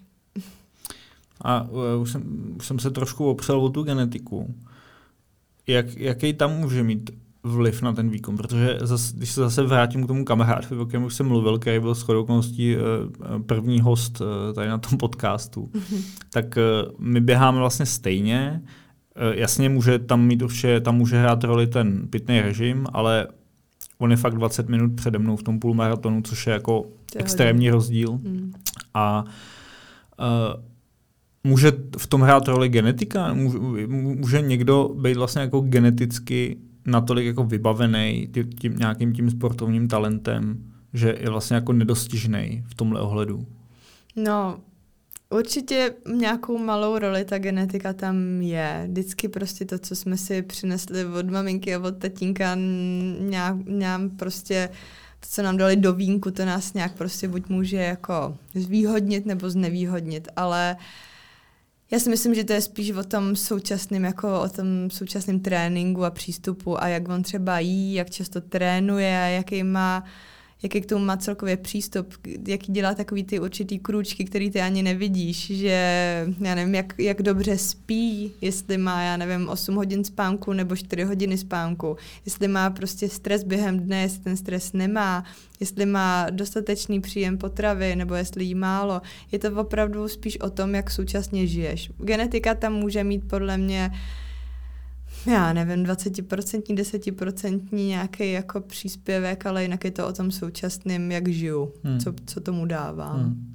A: A uh, už, jsem, už jsem se trošku opřel o tu genetiku. Jak, jaký tam může mít vliv na ten výkon? Protože zas, když se zase vrátím k tomu kamarádovi, o kterém už jsem mluvil, který byl shodou okolností uh, první host uh, tady na tom podcastu, mm-hmm. tak uh, my běháme vlastně stejně. Uh, jasně může tam mít určitě, tam může hrát roli ten pitný režim, ale on je fakt dvacet minut přede mnou v tom půlmaratonu, což je jako je extrémní hodně. rozdíl. Mm. A uh, může v tom hrát roli genetika? Může, může někdo být vlastně jako geneticky natolik jako vybavený tím, tím nějakým tím sportovním talentem, že je vlastně jako nedostižný v tomhle ohledu?
B: No, určitě nějakou malou roli ta genetika tam je. Vždycky prostě to, co jsme si přinesli od maminky a od tatínka, nějak, nějak prostě to, co nám dali do vínku, to nás nějak prostě buď může jako zvýhodnit nebo znevýhodnit, ale já si myslím, že to je spíš o tom současném, jako o tom současném tréninku a přístupu a jak on třeba jí, jak často trénuje, jaký má, jaký k tomu má celkově přístup, jaký dělá takový ty určitý krůčky, který ty ani nevidíš, že já nevím, jak, jak dobře spí, jestli má, já nevím, osm hodin spánku nebo čtyři hodiny spánku, jestli má prostě stres během dne, jestli ten stres nemá, jestli má dostatečný příjem potravy nebo jestli jí málo. Je to opravdu spíš o tom, jak současně žiješ. Genetika tam může mít podle mě já nevím, dvacet procent, deset procent nějaký jako příspěvek, ale jinak je to o tom současném, jak žiju, hmm. co, co tomu dávám. Hmm.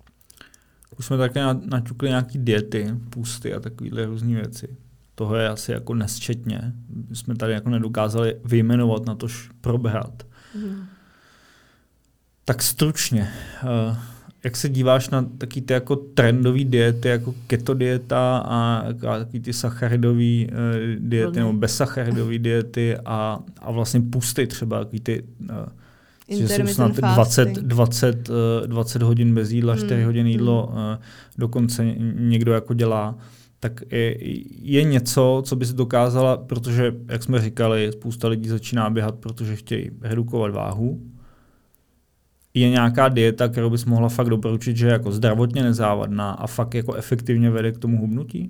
A: Už jsme také naťukli nějaký diety, pusty a takovéhle různé věci. Toho je asi jako nesčetně. Jsme tady jako nedokázali vyjmenovat, na tož probrat. Hmm. Tak stručně, uh, jak se díváš na taky ty jako trendové diety, jako keto dieta a, a taky ty sacharidové uh, diety Volný. nebo bezsacharidové diety a, a vlastně pusty třeba, taky ty, uh, že jsou snad dvacet, dvacet, uh, dvacet hodin bez jídla, hmm. čtyři hodiny jídlo, hmm. uh, dokonce někdo jako dělá. Tak je, je něco, co bys dokázala, protože, jak jsme říkali, spousta lidí začíná běhat, protože chtějí redukovat váhu. Je nějaká dieta, kterou bys mohla fakt doporučit, že je jako zdravotně nezávadná a fakt jako efektivně vede k tomu hubnutí?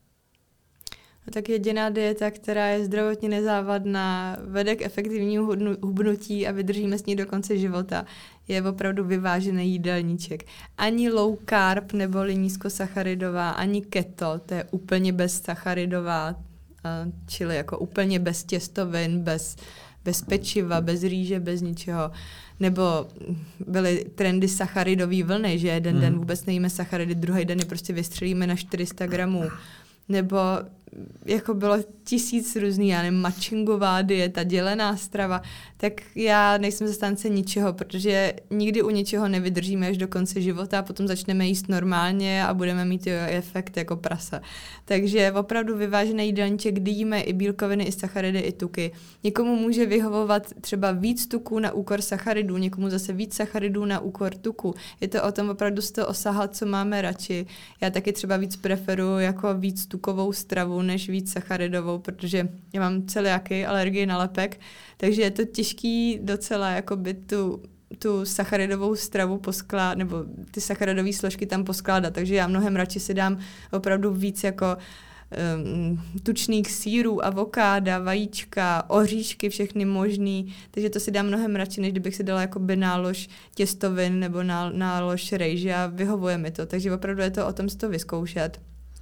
B: No tak jediná dieta, která je zdravotně nezávadná, vede k efektivnímu hubnutí a vydržíme s ní do konce života, je opravdu vyvážený jídelníček. Ani low carb neboli nízkosacharidová, ani keto, to je úplně bezsacharidová, čili jako úplně bez těstovin, bez, bez pečiva, bez rýže, bez ničeho. Nebo byly trendy sacharidový vlny, že jeden mm. den vůbec nejíme sacharidy, druhý den je prostě vystřelíme na čtyři sta gramů. Nebo jako bylo tisíc různý, já nevím, matchingová dieta, dělená strava, tak já nejsem zastánce ničeho, protože nikdy u ničeho nevydržíme až do konce života a potom začneme jíst normálně a budeme mít jo, efekt jako prasa. Takže opravdu vyvážený jídelníček, kdy jíme i bílkoviny, i sacharidy, i tuky. Někomu může vyhovovat třeba víc tuků na úkor sacharidů, někomu zase víc sacharidů na úkor tuku. Je to o tom opravdu z toho osahat, co máme radši. Já taky třeba víc preferuji jako víc tukovou stravu, než víc sacharidovou, protože já mám celiaky, alergii na lepek, takže je to těžký docela jakoby tu, tu sacharidovou stravu poskládat, nebo ty sacharidové složky tam poskládat, takže já mnohem radši si dám opravdu víc jako um, tučných sýrů, avokáda, vajíčka, oříšky, všechny možný, takže to si dám mnohem radši, než kdybych si dala jakoby nálož těstovin nebo nálož rejže a vyhovuje mi to, takže opravdu je to o tom si to vyzkoušet.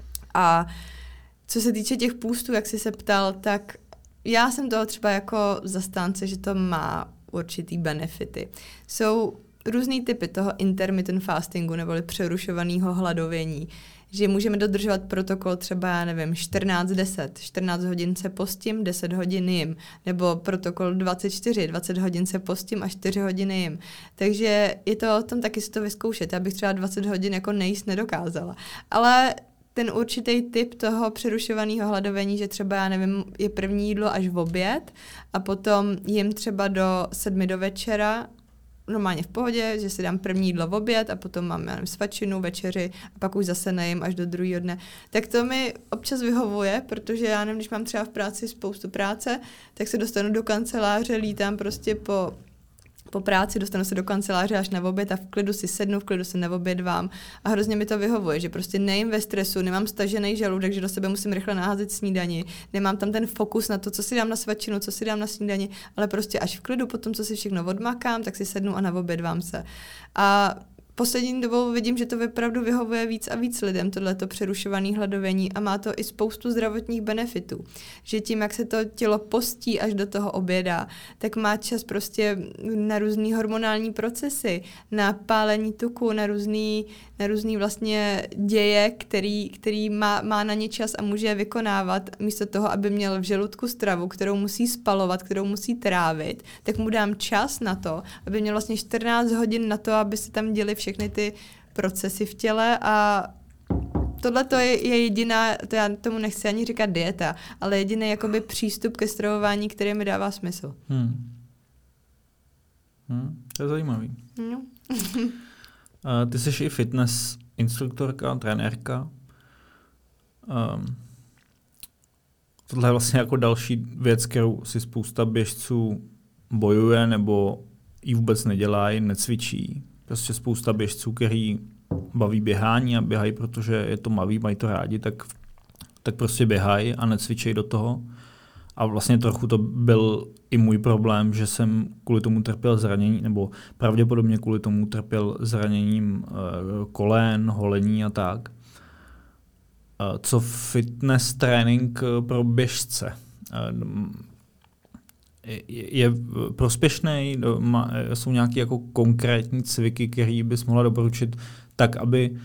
B: A co se týče těch půstů, jak jsi se ptal, tak já jsem toho třeba jako zastánce, že to má určitý benefity. Jsou různý typy toho intermittent fastingu, neboli přerušovaného hladovění, že můžeme dodržovat protokol třeba, já nevím, čtrnáct deset, čtrnáct hodin se postím, deset hodin jim, nebo protokol dvacet čtyři, dvacet hodin se postím a čtyři hodiny jim. Takže je to o tom taky si to vyzkoušet. Já bych třeba dvacet hodin jako nejíst nedokázala. Ale ten určitý typ toho přerušovaného hladovení, že třeba, já nevím, je první jídlo až v oběd a potom jim třeba do sedmi do večera, normálně v pohodě, že si dám první jídlo v oběd a potom mám, já nevím, svačinu, večeři a pak už zase nejím až do druhého dne. Tak to mi občas vyhovuje, protože já nevím, když mám třeba v práci spoustu práce, tak se dostanu do kanceláře, lítám prostě po po práci, dostanu se do kanceláře až na oběd a v klidu si sednu, v klidu se neobědvám a hrozně mi to vyhovuje, že prostě nejím ve stresu, nemám stažený žaludek, že do sebe musím rychle naházet snídani, nemám tam ten fokus na to, co si dám na svačinu, co si dám na snídani, ale prostě až v klidu, potom co si všechno odmakám, tak si sednu a naobědvám se. A poslední dobou vidím, že to opravdu vyhovuje víc a víc lidem, tohleto přerušované hladovění a má to i spoustu zdravotních benefitů. Že tím, jak se to tělo postí až do toho oběda, tak má čas prostě na různý hormonální procesy, na pálení tuku, na různý, na různý vlastně děje, který, který má, má na ně čas a může je vykonávat, místo toho, aby měl v žaludku stravu, kterou musí spalovat, kterou musí trávit, tak mu dám čas na to, aby měl vlastně čtrnáct hodin na to, aby se tam děli všechny ty procesy v těle a tohle to je, je jediná, to já tomu nechci ani říkat dieta, ale jediný jakoby přístup ke stravování, který mi dává smysl.
A: Hmm. Hmm, to je zajímavý.
B: No.
A: uh, ty jsi i fitness instruktorka, trenérka. Um, tohle je vlastně jako další věc, kterou si spousta běžců bojuje nebo ji vůbec nedělají, necvičí. Prostě spousta běžců, který baví běhání a běhají, protože je to baví, mají to rádi, tak, tak prostě běhají a necvičejí do toho. A vlastně trochu to byl i můj problém, že jsem kvůli tomu trpěl zranění, nebo pravděpodobně kvůli tomu trpěl zraněním e, kolen, holení a tak. E, co fitness trénink pro běžce? E, je prospěšný, jsou nějaké jako konkrétní cviky, které bys mohla doporučit tak, aby uh,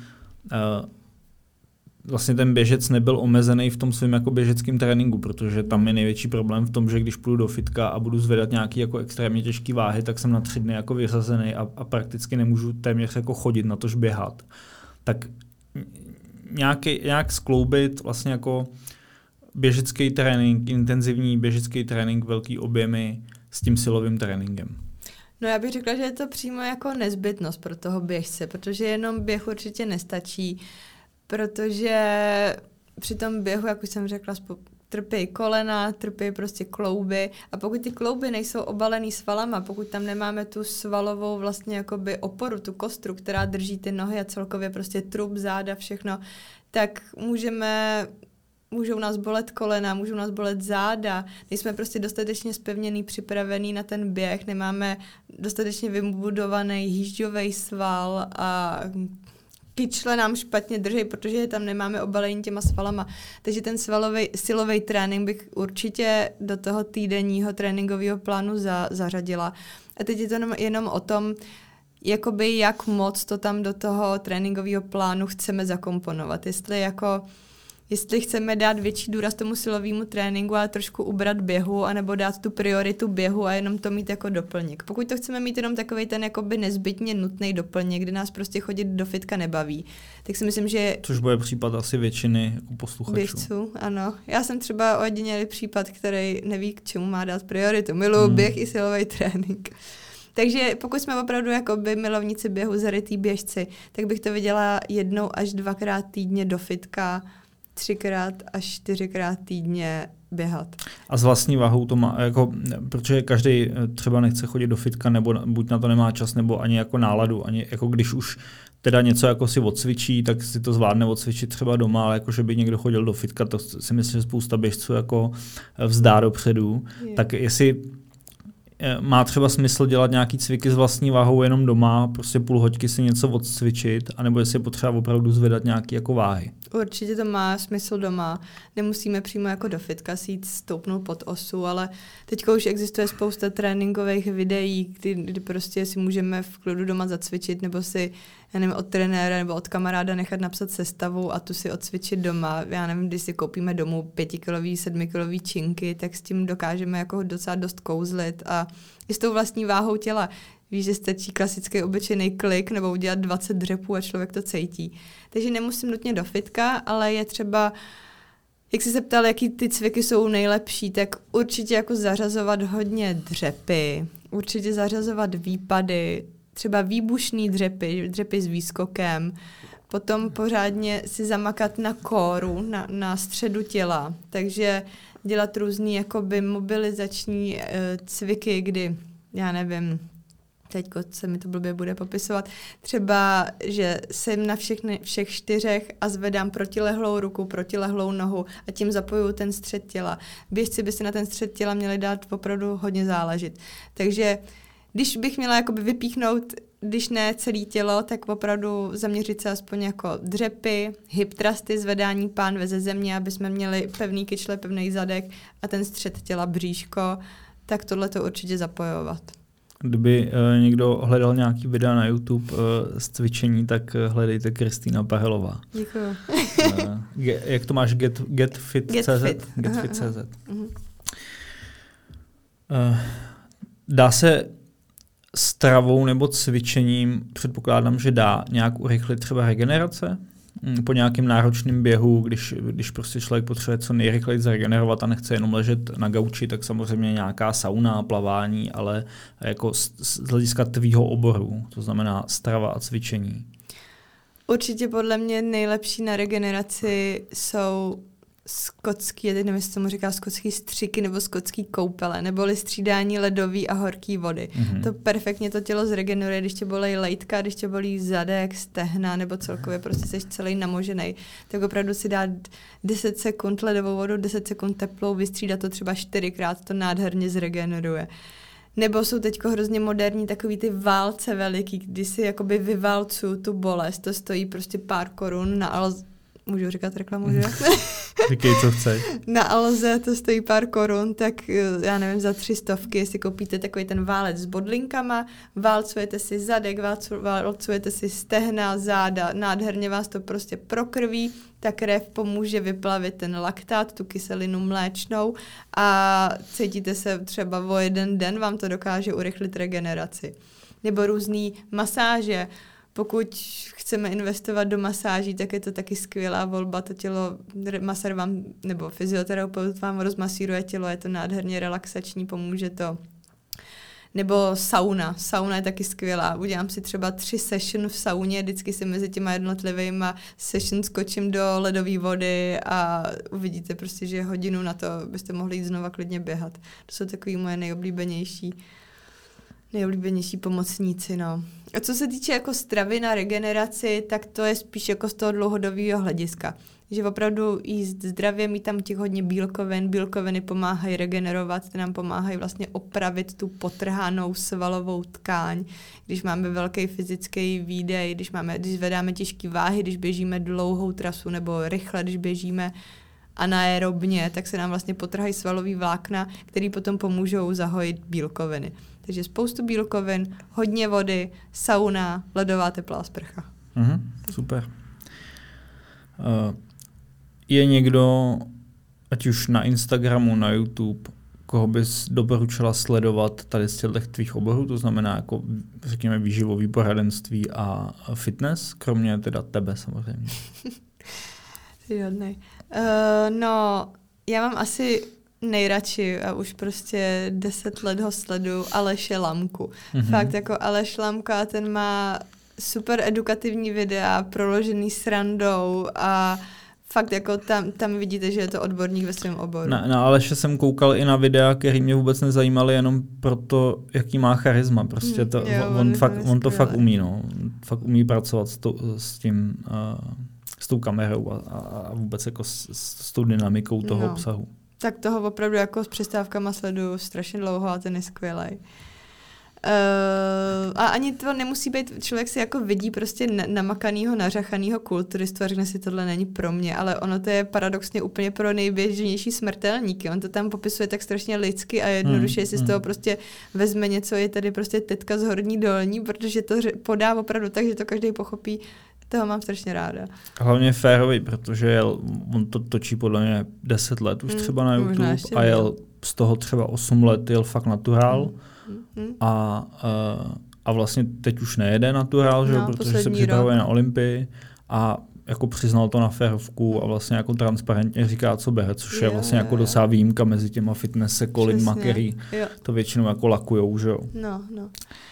A: vlastně ten běžec nebyl omezený v tom svém jako běžeckém tréninku, protože tam je největší problém v tom, že když půjdu do fitka a budu zvedat nějaké jako extrémně těžké váhy, tak jsem na tři dny jako vyřazený a, a prakticky nemůžu téměř jako chodit, na tož běhat. Tak nějaký, nějak skloubit vlastně jako běžecký trénink, intenzivní běžecký trénink, velký objemy s tím silovým tréninkem.
B: No já bych řekla, že je to přímo jako nezbytnost pro toho běžce, protože jenom běh určitě nestačí, protože při tom běhu, jak už jsem řekla, trpí kolena, trpí prostě klouby a pokud ty klouby nejsou obalený svalama, pokud tam nemáme tu svalovou vlastně jakoby oporu, tu kostru, která drží ty nohy a celkově prostě trup, záda, všechno, tak můžeme můžou nás bolet kolena, můžou nás bolet záda, nejsme prostě dostatečně zpevněný, připravený na ten běh, nemáme dostatečně vybudovaný hýžďový sval a kyčle nám špatně drží, protože tam nemáme obalení těma svalama. Takže ten svalový, silový trénink bych určitě do toho týdenního tréninkového plánu za, zařadila. A teď je to jenom, jenom o tom, jakoby jak moc to tam do toho tréninkového plánu chceme zakomponovat. Jestli jako jestli chceme dát větší důraz tomu silovému tréninku, ale trošku ubrat běhu, anebo dát tu prioritu běhu a jenom to mít jako doplněk. Pokud to chceme mít jenom takovej ten jakoby nezbytně nutný doplněk, kde nás prostě chodit do fitka nebaví, tak si myslím, že...
A: Což bude případ asi většiny jako posluchačů.
B: Běžců, ano. Já jsem třeba ojedinělý případ, který neví, k čemu má dát prioritu. Miluji hmm. běh i silový trénink. Takže pokud jsme opravdu jakoby milovníci běhu, zarytý běžci, tak bych to viděla jednou až dvakrát týdně do fitka, třikrát až čtyřikrát týdně běhat.
A: A s vlastní váhou to má, jako, protože každý třeba nechce chodit do fitka, nebo buď na to nemá čas, nebo ani jako náladu, ani jako když už teda něco jako si odcvičí, tak si to zvládne odcvičit třeba doma, ale jako že by někdo chodil do fitka, to si myslím, že spousta běžců jako vzdá dopředu. Je. Tak jestli má třeba smysl dělat nějaký cviky s vlastní váhou jenom doma, prostě půl hoďky si něco odcvičit, anebo jestli je potřeba opravdu zvedat nějaké jako váhy.
B: Určitě to má smysl doma. Nemusíme přímo jako do fitka si jít stoupnout pod osu, ale teďka už existuje spousta tréninkových videí, kdy, kdy prostě si můžeme v klidu doma zacvičit, nebo si, já nevím, od trenéra nebo od kamaráda nechat napsat sestavu a tu si odcvičit doma. Já nevím, když si koupíme domů pětikilový, sedmikilový činky, tak s tím dokážeme jako docela dost kouzlit a i s tou vlastní váhou těla. Víš, že stačí klasický obyčejný klik nebo udělat dvacet dřepů a člověk to cítí. Takže nemusím nutně do fitka, ale je třeba, jak jsi se ptal, jaký ty cviky jsou nejlepší, tak určitě jako zařazovat hodně dřepy, určitě zařazovat výpady, třeba výbušný dřepy, dřepy s výskokem, potom pořádně si zamakat na kóru, na, na středu těla, takže dělat různý jakoby mobilizační e, cviky, kdy, já nevím, teďko se mi to blbě bude popisovat, třeba, že jsem na všechny, všech čtyřech a zvedám protilehlou ruku, protilehlou nohu a tím zapojuju ten střed těla. Běžci by si na ten střed těla měli dát opravdu hodně záležet. Takže když bych měla jakoby vypíchnout, když ne celé tělo, tak opravdu zaměřit se aspoň jako dřepy, hip thrusty, zvedání pánve ze země, aby jsme měli pevný kyčle, pevný zadek a ten střed těla bříško, tak tohle to určitě zapojovat.
A: Kdyby uh, někdo hledal nějaký videa na YouTube uh, z cvičení, tak uh, hledejte Kristýna Pahelová.
B: Děkuju.
A: uh, ge, jak to máš? Get, getfit tečka cé zet?
B: Get
A: getfit tečka cé zet. Uh-huh. Uh, dá se stravou nebo cvičením, předpokládám, že dá nějak urychlit třeba regenerace? Po nějakém náročném běhu, když, když prostě člověk potřebuje co nejrychleji zregenerovat a nechce jenom ležet na gauči, tak samozřejmě nějaká sauna, plavání, ale jako z, z hlediska tvýho oboru, to znamená strava a cvičení.
B: Určitě podle mě nejlepší na regeneraci jsou skotský, já teď nevím, jestli tomu říká skotský střiky nebo skotský koupele, neboli střídání ledový a horký vody. Mm-hmm. To perfektně to tělo zregeneruje, když tě bolí lejtka, když tě bolí zadek, stehna nebo celkově prostě jsi celý namožený. Tak opravdu si dát deset sekund ledovou vodu, deset sekund teplou, vystřídat to třeba čtyřikrát, to nádherně zregeneruje. Nebo jsou teďko hrozně moderní takový ty válce veliký, kdy si jakoby vyválcuju tu bolest, to stojí prostě pár korun na Alze. Můžu říkat reklamu, že?
A: Říkej, co chceš.
B: Na Alze to stojí pár korun, tak já nevím, za tři stovky, jestli koupíte takový ten válec s bodlinkama, válcujete si zadek, válcu, válcujete si stehna, záda, nádherně vás to prostě prokrví, ta krev pomůže vyplavit ten laktát, tu kyselinu mléčnou a cítíte se třeba o jeden den, vám to dokáže urychlit regeneraci. Nebo různý masáže. Pokud chceme investovat do masáží, tak je to taky skvělá volba. To tělo, masér vám, nebo fyzioterapeut vám rozmasíruje tělo, je to nádherně relaxační, pomůže to. Nebo sauna. Sauna je taky skvělá. Udělám si třeba tři session v sauně, vždycky si mezi těma jednotlivýma session skočím do ledové vody a uvidíte prostě, že hodinu na to byste mohli jít znova klidně běhat. To jsou takový moje nejoblíbenější nejoblíbenější pomocníci, no. A co se týče jako stravy na regeneraci, tak to je spíš jako z toho dlouhodobého hlediska. Že opravdu jíst zdravě, mít tam těch hodně bílkovin, bílkoviny pomáhají regenerovat, ty nám pomáhají vlastně opravit tu potrhanou svalovou tkáň, když máme velký fyzický výdej, když, máme, když zvedáme těžké váhy, když běžíme dlouhou trasu nebo rychle, když běžíme anaerobně, tak se nám vlastně potrhají svalový vlákna, který potom pomůžou zahojit bílkoviny. Takže spoustu bílkovin, hodně vody, sauna, ledová teplá sprcha.
A: Mhm, super. Uh, je někdo, ať už na Instagramu, na YouTube, koho bys doporučila sledovat tady z těch tvých oborů, to znamená jako, řekněme, výživový poradenství a fitness, kromě teda tebe samozřejmě.
B: Jsi hodnej. Uh, no, já mám asi nejradši a už prostě deset let ho sledu Aleše Lamku. Mm-hmm. Fakt jako Aleš Lamka, ten má super edukativní videa, proložený srandou a fakt jako tam, tam vidíte, že je to odborník ve svém oboru.
A: Na, na Aleše jsem koukal i na videa, které mě vůbec nezajímaly, jenom proto, jaký má charisma. Prostě to, mm, jo, on, on, fakt, on to fakt umí, no. Fakt umí pracovat s, to, s tím, uh, s tou kamerou a, a vůbec jako s, s tou dynamikou toho no. obsahu.
B: Tak toho opravdu jako s přestávkama sleduju strašně dlouho a ten je skvělej. Uh, a ani to nemusí být, člověk si jako vidí prostě namakanýho, nařachanýho kulturistu a řekne si, tohle není pro mě, ale ono to je paradoxně úplně pro nejběžnější smrtelníky. On to tam popisuje tak strašně lidsky a jednoduše, hmm, si hmm. z toho prostě vezme něco, je tady prostě tetka z horní dolní, protože to podá opravdu tak, že to každý pochopí. Toho mám strašně ráda.
A: Hlavně férový, protože jel, on to točí podle mě deset let už hmm, třeba na YouTube a jel z toho třeba osm let jel fakt naturál. Hmm. Hmm. A, a, a vlastně teď už nejede naturál, že? No, protože se připravuje rok. na Olympii a jako přiznal to na férovku a vlastně jako transparentně říká, co bere, což jo, je vlastně jo, jako docela výjimka mezi těma fitness kolidma, který jo. to většinou jako lakujou, že jo?
B: No, no.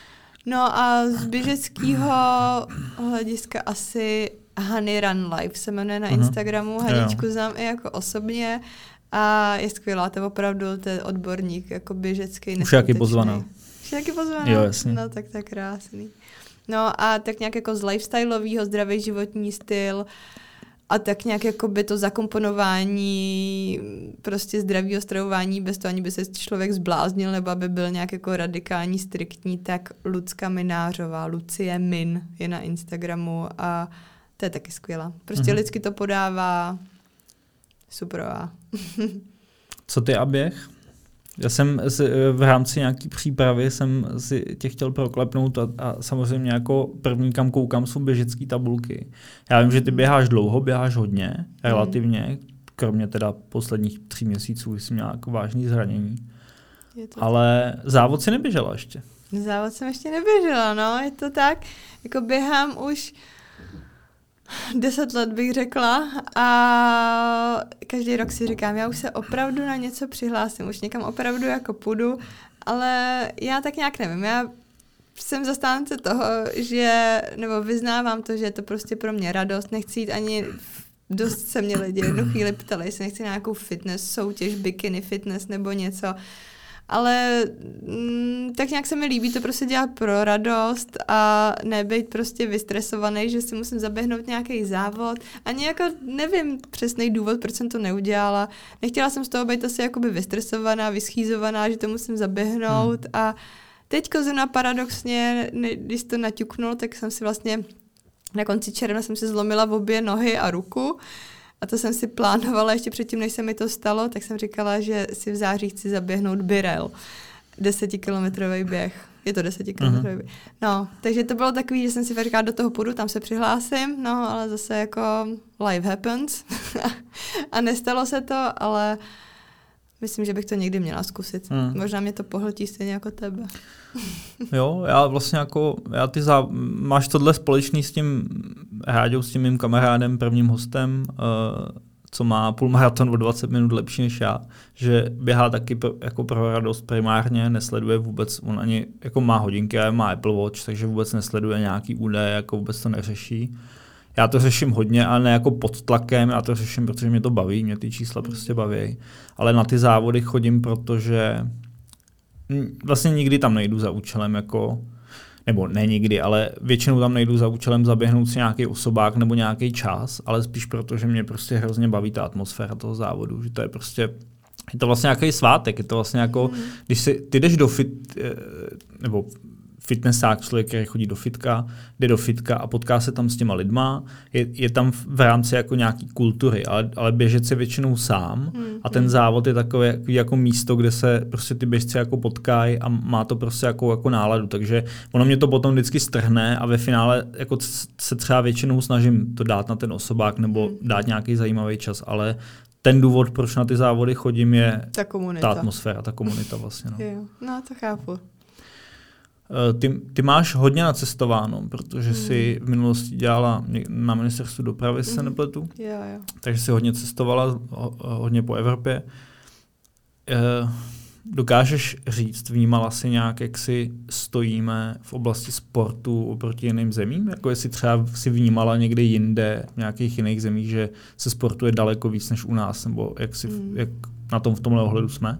B: No a z běžeckého hlediska asi Honey Run Life se jmenuje na uh-huh. Instagramu. Haničku znám i jako osobně a je skvělá, to je opravdu ten odborník, jako běžecký.
A: Už jaký pozvaná.
B: Už jaký pozvaná?
A: Jo, jasně.
B: No tak to je krásný. No a tak nějak jako z lifestyleového, zdravý životní styl a tak nějak jako by to zakomponování prostě zdravýho stravování bez toho, ani by se člověk zbláznil nebo aby byl nějak jako radikální, striktní, tak Lucka Minářová, Lucie Min je na Instagramu a to je taky skvělá. Prostě mm-hmm. lidsky to podává superová.
A: Co ty a běh? Já jsem v rámci nějaký přípravy jsem si tě chtěl proklepnout a, a samozřejmě jako první, kam koukám, jsou běžecké tabulky. Já vím, že ty běháš dlouho, běháš hodně, relativně, mm. kromě teda posledních tří měsíců, kdy jsi měla jako vážný zranění. Ale tak. Závod si neběžela ještě.
B: Závod jsem ještě neběžela, no, je to tak. Jako běhám už deset let bych řekla a každý rok si říkám, já už se opravdu na něco přihlásím, už někam opravdu jako půjdu, ale já tak nějak nevím, já jsem zastánce toho, že, nebo vyznávám to, že je to prostě pro mě radost, nechci jít ani, dost se mě lidi jednu chvíli ptali, jestli nechci nějakou fitness soutěž, bikini fitness nebo něco, ale mm, tak nějak se mi líbí to prostě dělat pro radost a nebejt prostě vystresovaný, že si musím zaběhnout nějaký závod. Ani jako nevím přesný důvod, proč jsem to neudělala. Nechtěla jsem z toho být asi jakoby vystresovaná, vyschýzovaná, že to musím zaběhnout hmm. a teďko zrovna paradoxně, když to naťuknul, tak jsem si vlastně na konci června jsem si zlomila v obě nohy a ruku. A to jsem si plánovala ještě předtím, než se mi to stalo, tak jsem říkala, že si v září chci zaběhnout Birel. Desetikilometrový běh. Je to desetikilometrový běh. No, takže to bylo takový, že jsem si říkala, do toho půjdu, tam se přihlásím, no, ale zase jako life happens. A nestalo se to, ale myslím, že bych to někdy měla zkusit. Hmm. Možná mě to pohltí stejně jako tebe.
A: Jo, já vlastně jako, já ty zá... máš tohle společný s tím Ráďou, s tím mým kamarádem, prvním hostem, uh, co má půlmaraton o dvacet minut lepší než já, že běhá taky pro, jako pro radost primárně, nesleduje vůbec, on ani jako má hodinky, ale má Apple Watch, takže vůbec nesleduje nějaký údaje, jako vůbec to neřeší. Já to řeším hodně, ale ne jako pod tlakem, já to řeším, protože mě to baví, mě ty čísla prostě baví, ale na ty závody chodím, protože vlastně nikdy tam nejdu za účelem jako, nebo ne nikdy, ale většinou tam nejdu za účelem zaběhnout si nějaký osobák nebo nějaký čas, ale spíš proto, že mě prostě hrozně baví ta atmosféra toho závodu, že to je prostě, je to vlastně nějaký svátek, je to vlastně jako, mm. když si, ty jdeš do fit, nebo fitnessák, člověk, který chodí do fitka, jde do fitka a potká se tam s těma lidma, je, je tam v rámci jako nějaký kultury, ale, ale běžec je většinou sám hmm. a ten závod je takové jako, jako místo, kde se prostě ty běžci jako potkají a má to prostě jako, jako náladu, takže ono mě to potom vždycky strhne a ve finále jako se třeba většinou snažím to dát na ten osobák nebo hmm. dát nějaký zajímavý čas, ale ten důvod, proč na ty závody chodím, je
B: ta,
A: ta atmosféra, ta komunita vlastně. No,
B: jo, no to chápu.
A: Ty, ty máš hodně nacestováno, protože hmm. jsi v minulosti dělala na ministerstvu dopravy, se
B: hmm.
A: nepletu.
B: Jo, jo.
A: Takže jsi hodně cestovala, hodně po Evropě. Dokážeš říct, vnímala si nějak, jak si stojíme v oblasti sportu oproti jiným zemím? Jako jestli třeba si vnímala někde jinde, v nějakých jiných zemích, že se sportuje daleko víc než u nás, nebo jak, si, hmm. jak na tom v tomhle ohledu jsme?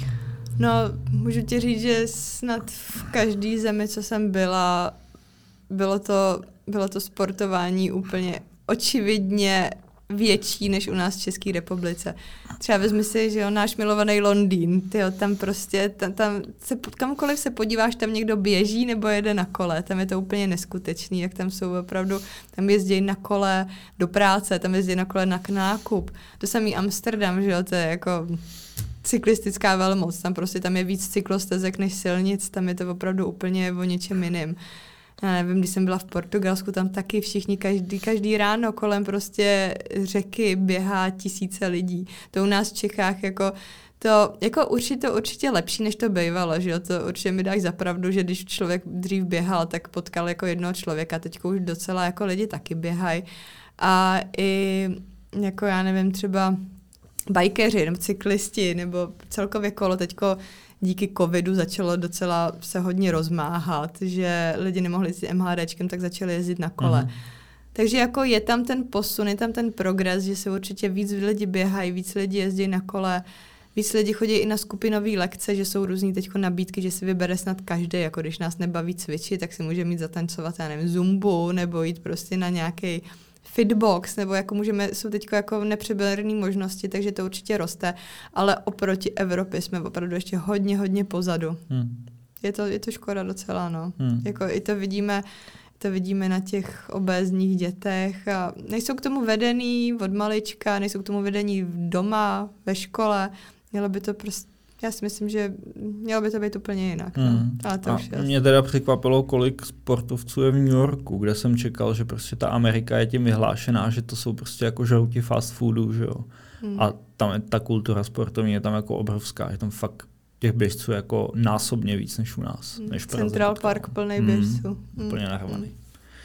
B: No, můžu ti říct, že snad v každé zemi, co jsem byla, bylo to, bylo to sportování úplně očividně větší než u nás v České republice. Třeba vezmi si, že jo, náš milovaný Londýn, tyjo, tam prostě, tam, tam se, kamkoliv se podíváš, tam někdo běží nebo jede na kole, tam je to úplně neskutečný, jak tam jsou opravdu, tam jezdí na kole do práce, tam jezdí na kole na nákup. To samý Amsterdam, že jo, to je jako cyklistická velmoc, tam prostě tam je víc cyklostezek než silnic, tam je to opravdu úplně o něčem jiným. Já nevím, když jsem byla v Portugalsku, tam taky všichni, každý, každý ráno kolem prostě řeky běhá tisíce lidí. To u nás v Čechách jako to, jako určitě, určitě lepší, než to bývalo, že jo, to určitě mi dáš za pravdu, že když člověk dřív běhal, tak potkal jako jednoho člověka, teďko už docela jako lidi taky běhají. A i jako já nevím, třeba bajkeři nebo cyklisti nebo celkově kolo teďko díky covidu začalo docela se hodně rozmáhat, že lidi nemohli jezdit MHDčkem, tak začali jezdit na kole. Uh-huh. Takže jako je tam ten posun, je tam ten progres, že se určitě víc lidi běhají, víc lidi jezdí na kole, víc lidi chodí i na skupinové lekce, že jsou různý teďko nabídky, že si vybere snad každý, jako když nás nebaví cvičit, tak si může mít zatancovat, já nevím, zumbu, nebo jít prostě na nějaký fitbox, nebo jako můžeme, jsou teď jako nepřeberné možnosti, takže to určitě roste, ale oproti Evropě jsme opravdu ještě hodně, hodně pozadu. Hmm. Je to, je to škoda docela, no. Hmm. Jako i to vidíme, to vidíme na těch obézních dětech a nejsou k tomu vedený od malička, nejsou k tomu vedení doma, ve škole, mělo by to prostě, já si myslím, že mělo by to být úplně jinak. Hmm. No. Ale to
A: a
B: už
A: mě teda překvapilo, kolik sportovců je v New Yorku, kde jsem čekal, že prostě ta Amerika je tím vyhlášená, že to jsou prostě jako žrouti fast foodu, že jo. Hmm. A tam je ta kultura sportovní je tam jako obrovská, je tam fakt těch běžců jako násobně víc než u nás.
B: Hmm.
A: Než
B: Central Park plný hmm. běžců.
A: Hmm. Úplně narvaný. Hmm.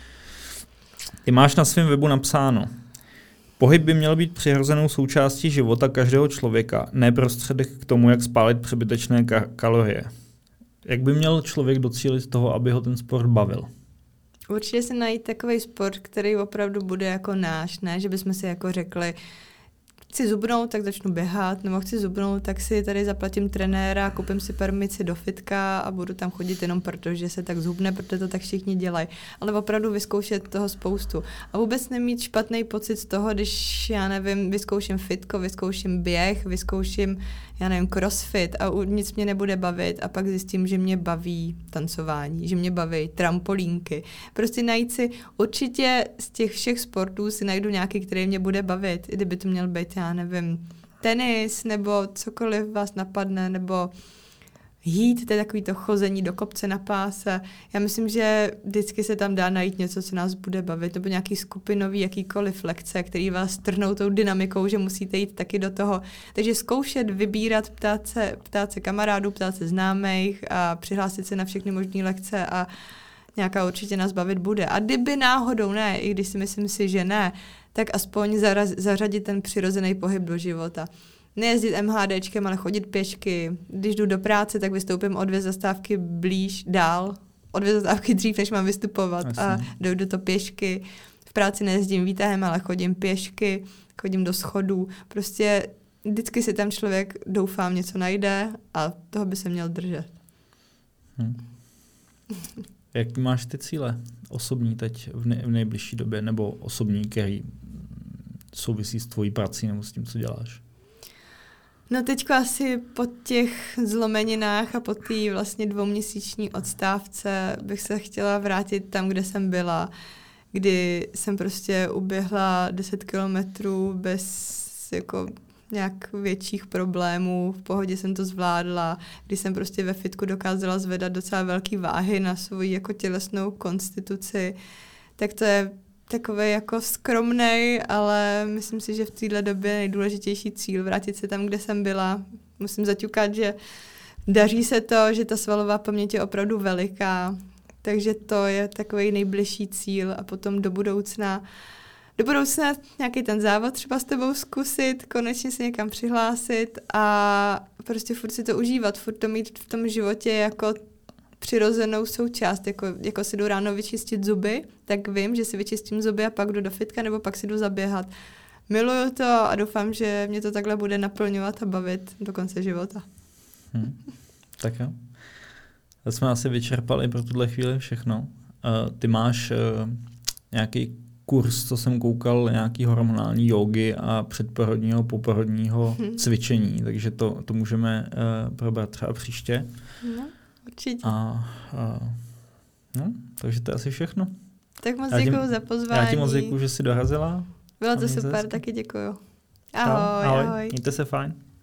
A: Ty máš na svém webu napsáno: pohyb by měl být přirozenou součástí života každého člověka, ne prostředek k tomu, jak spálit přebytečné ka- kalorie. Jak by měl člověk docílit toho, aby ho ten sport bavil?
B: Určitě se najít takový sport, který opravdu bude jako náš, ne, že bychom si jako řekli, chci zubnout, tak začnu běhat, nebo chci zubnout, tak si tady zaplatím trenéra, koupím si permici do fitka a budu tam chodit jenom proto, že se tak zhubne, protože to tak všichni dělají. Ale opravdu vyzkoušet toho spoustu. A vůbec nemít špatný pocit z toho, když, já nevím, vyzkouším fitko, vyzkouším běh, vyzkouším, já nevím, crossfit a nic mě nebude bavit a pak zjistím, že mě baví tancování, že mě baví trampolínky. Prostě najít si, určitě z těch všech sportů si najdu nějaký, který mě bude bavit, i kdyby to měl být, já nevím, tenis, nebo cokoliv vás napadne, nebo hít, to je takový to chození do kopce na páse. Já myslím, že vždycky se tam dá najít něco, co nás bude bavit, nebo nějaký skupinový, jakýkoliv lekce, který vás trhnou tou dynamikou, že musíte jít taky do toho. Takže zkoušet, vybírat, ptát se, ptát se kamarádů, ptát se známých a přihlásit se na všechny možné lekce a nějaká určitě nás bavit bude. A kdyby náhodou ne, i když si myslím si, že ne, tak aspoň zaraz, zařadit ten přirozený pohyb do života. Nejezdit MHDčkem, ale chodit pěšky. Když jdu do práce, tak vystoupím o dvě zastávky blíž, dál, o dvě zastávky dřív, než mám vystupovat. Jasně. A dojdu to pěšky. V práci nejezdím výtahem, ale chodím pěšky, chodím do schodů. Prostě vždycky si tam člověk, doufám, něco najde a toho by se měl držet.
A: Hm. Jak máš ty cíle osobní teď v, ne- v nejbližší době, nebo osobní, který souvisí s tvojí prací nebo s tím, co děláš?
B: No teďko asi po těch zlomeninách a po té vlastně dvouměsíční odstávce bych se chtěla vrátit tam, kde jsem byla, kdy jsem prostě uběhla deset kilometrů bez jako nějak větších problémů, v pohodě jsem to zvládla, když jsem prostě ve fitku dokázala zvedat docela velký váhy na svoji jako tělesnou konstituci, tak to je takový jako skromnej, ale myslím si, že v téhle době je nejdůležitější cíl vrátit se tam, kde jsem byla. Musím zaťukat, že daří se to, že ta svalová paměť je opravdu veliká, takže to je takový nejbližší cíl a potom do budoucna do budoucna nějaký ten závod třeba s tebou zkusit, konečně se někam přihlásit a prostě furt si to užívat, furt to mít v tom životě jako přirozenou součást, jako, jako si jdu ráno vyčistit zuby, tak vím, že si vyčistím zuby a pak jdu do fitka nebo pak si jdu zaběhat. Miluju to a doufám, že mě to takhle bude naplňovat a bavit do konce života.
A: Hmm. Tak jo. To jsme asi vyčerpali pro tuhle chvíli všechno. Uh, ty máš uh, nějaký kurz, co jsem koukal, nějaký hormonální jógy a předporodního, poporodního hmm. cvičení, takže to, to můžeme uh, probrat třeba příště.
B: No, určitě.
A: A, uh, no, takže to je asi všechno.
B: Tak moc děkuju za pozvání.
A: Já ti moc děkuju, že jsi dorazila.
B: Bylo to super, taky děkuju. Ahoj, ahoj.
A: ahoj. Mějte se fajn.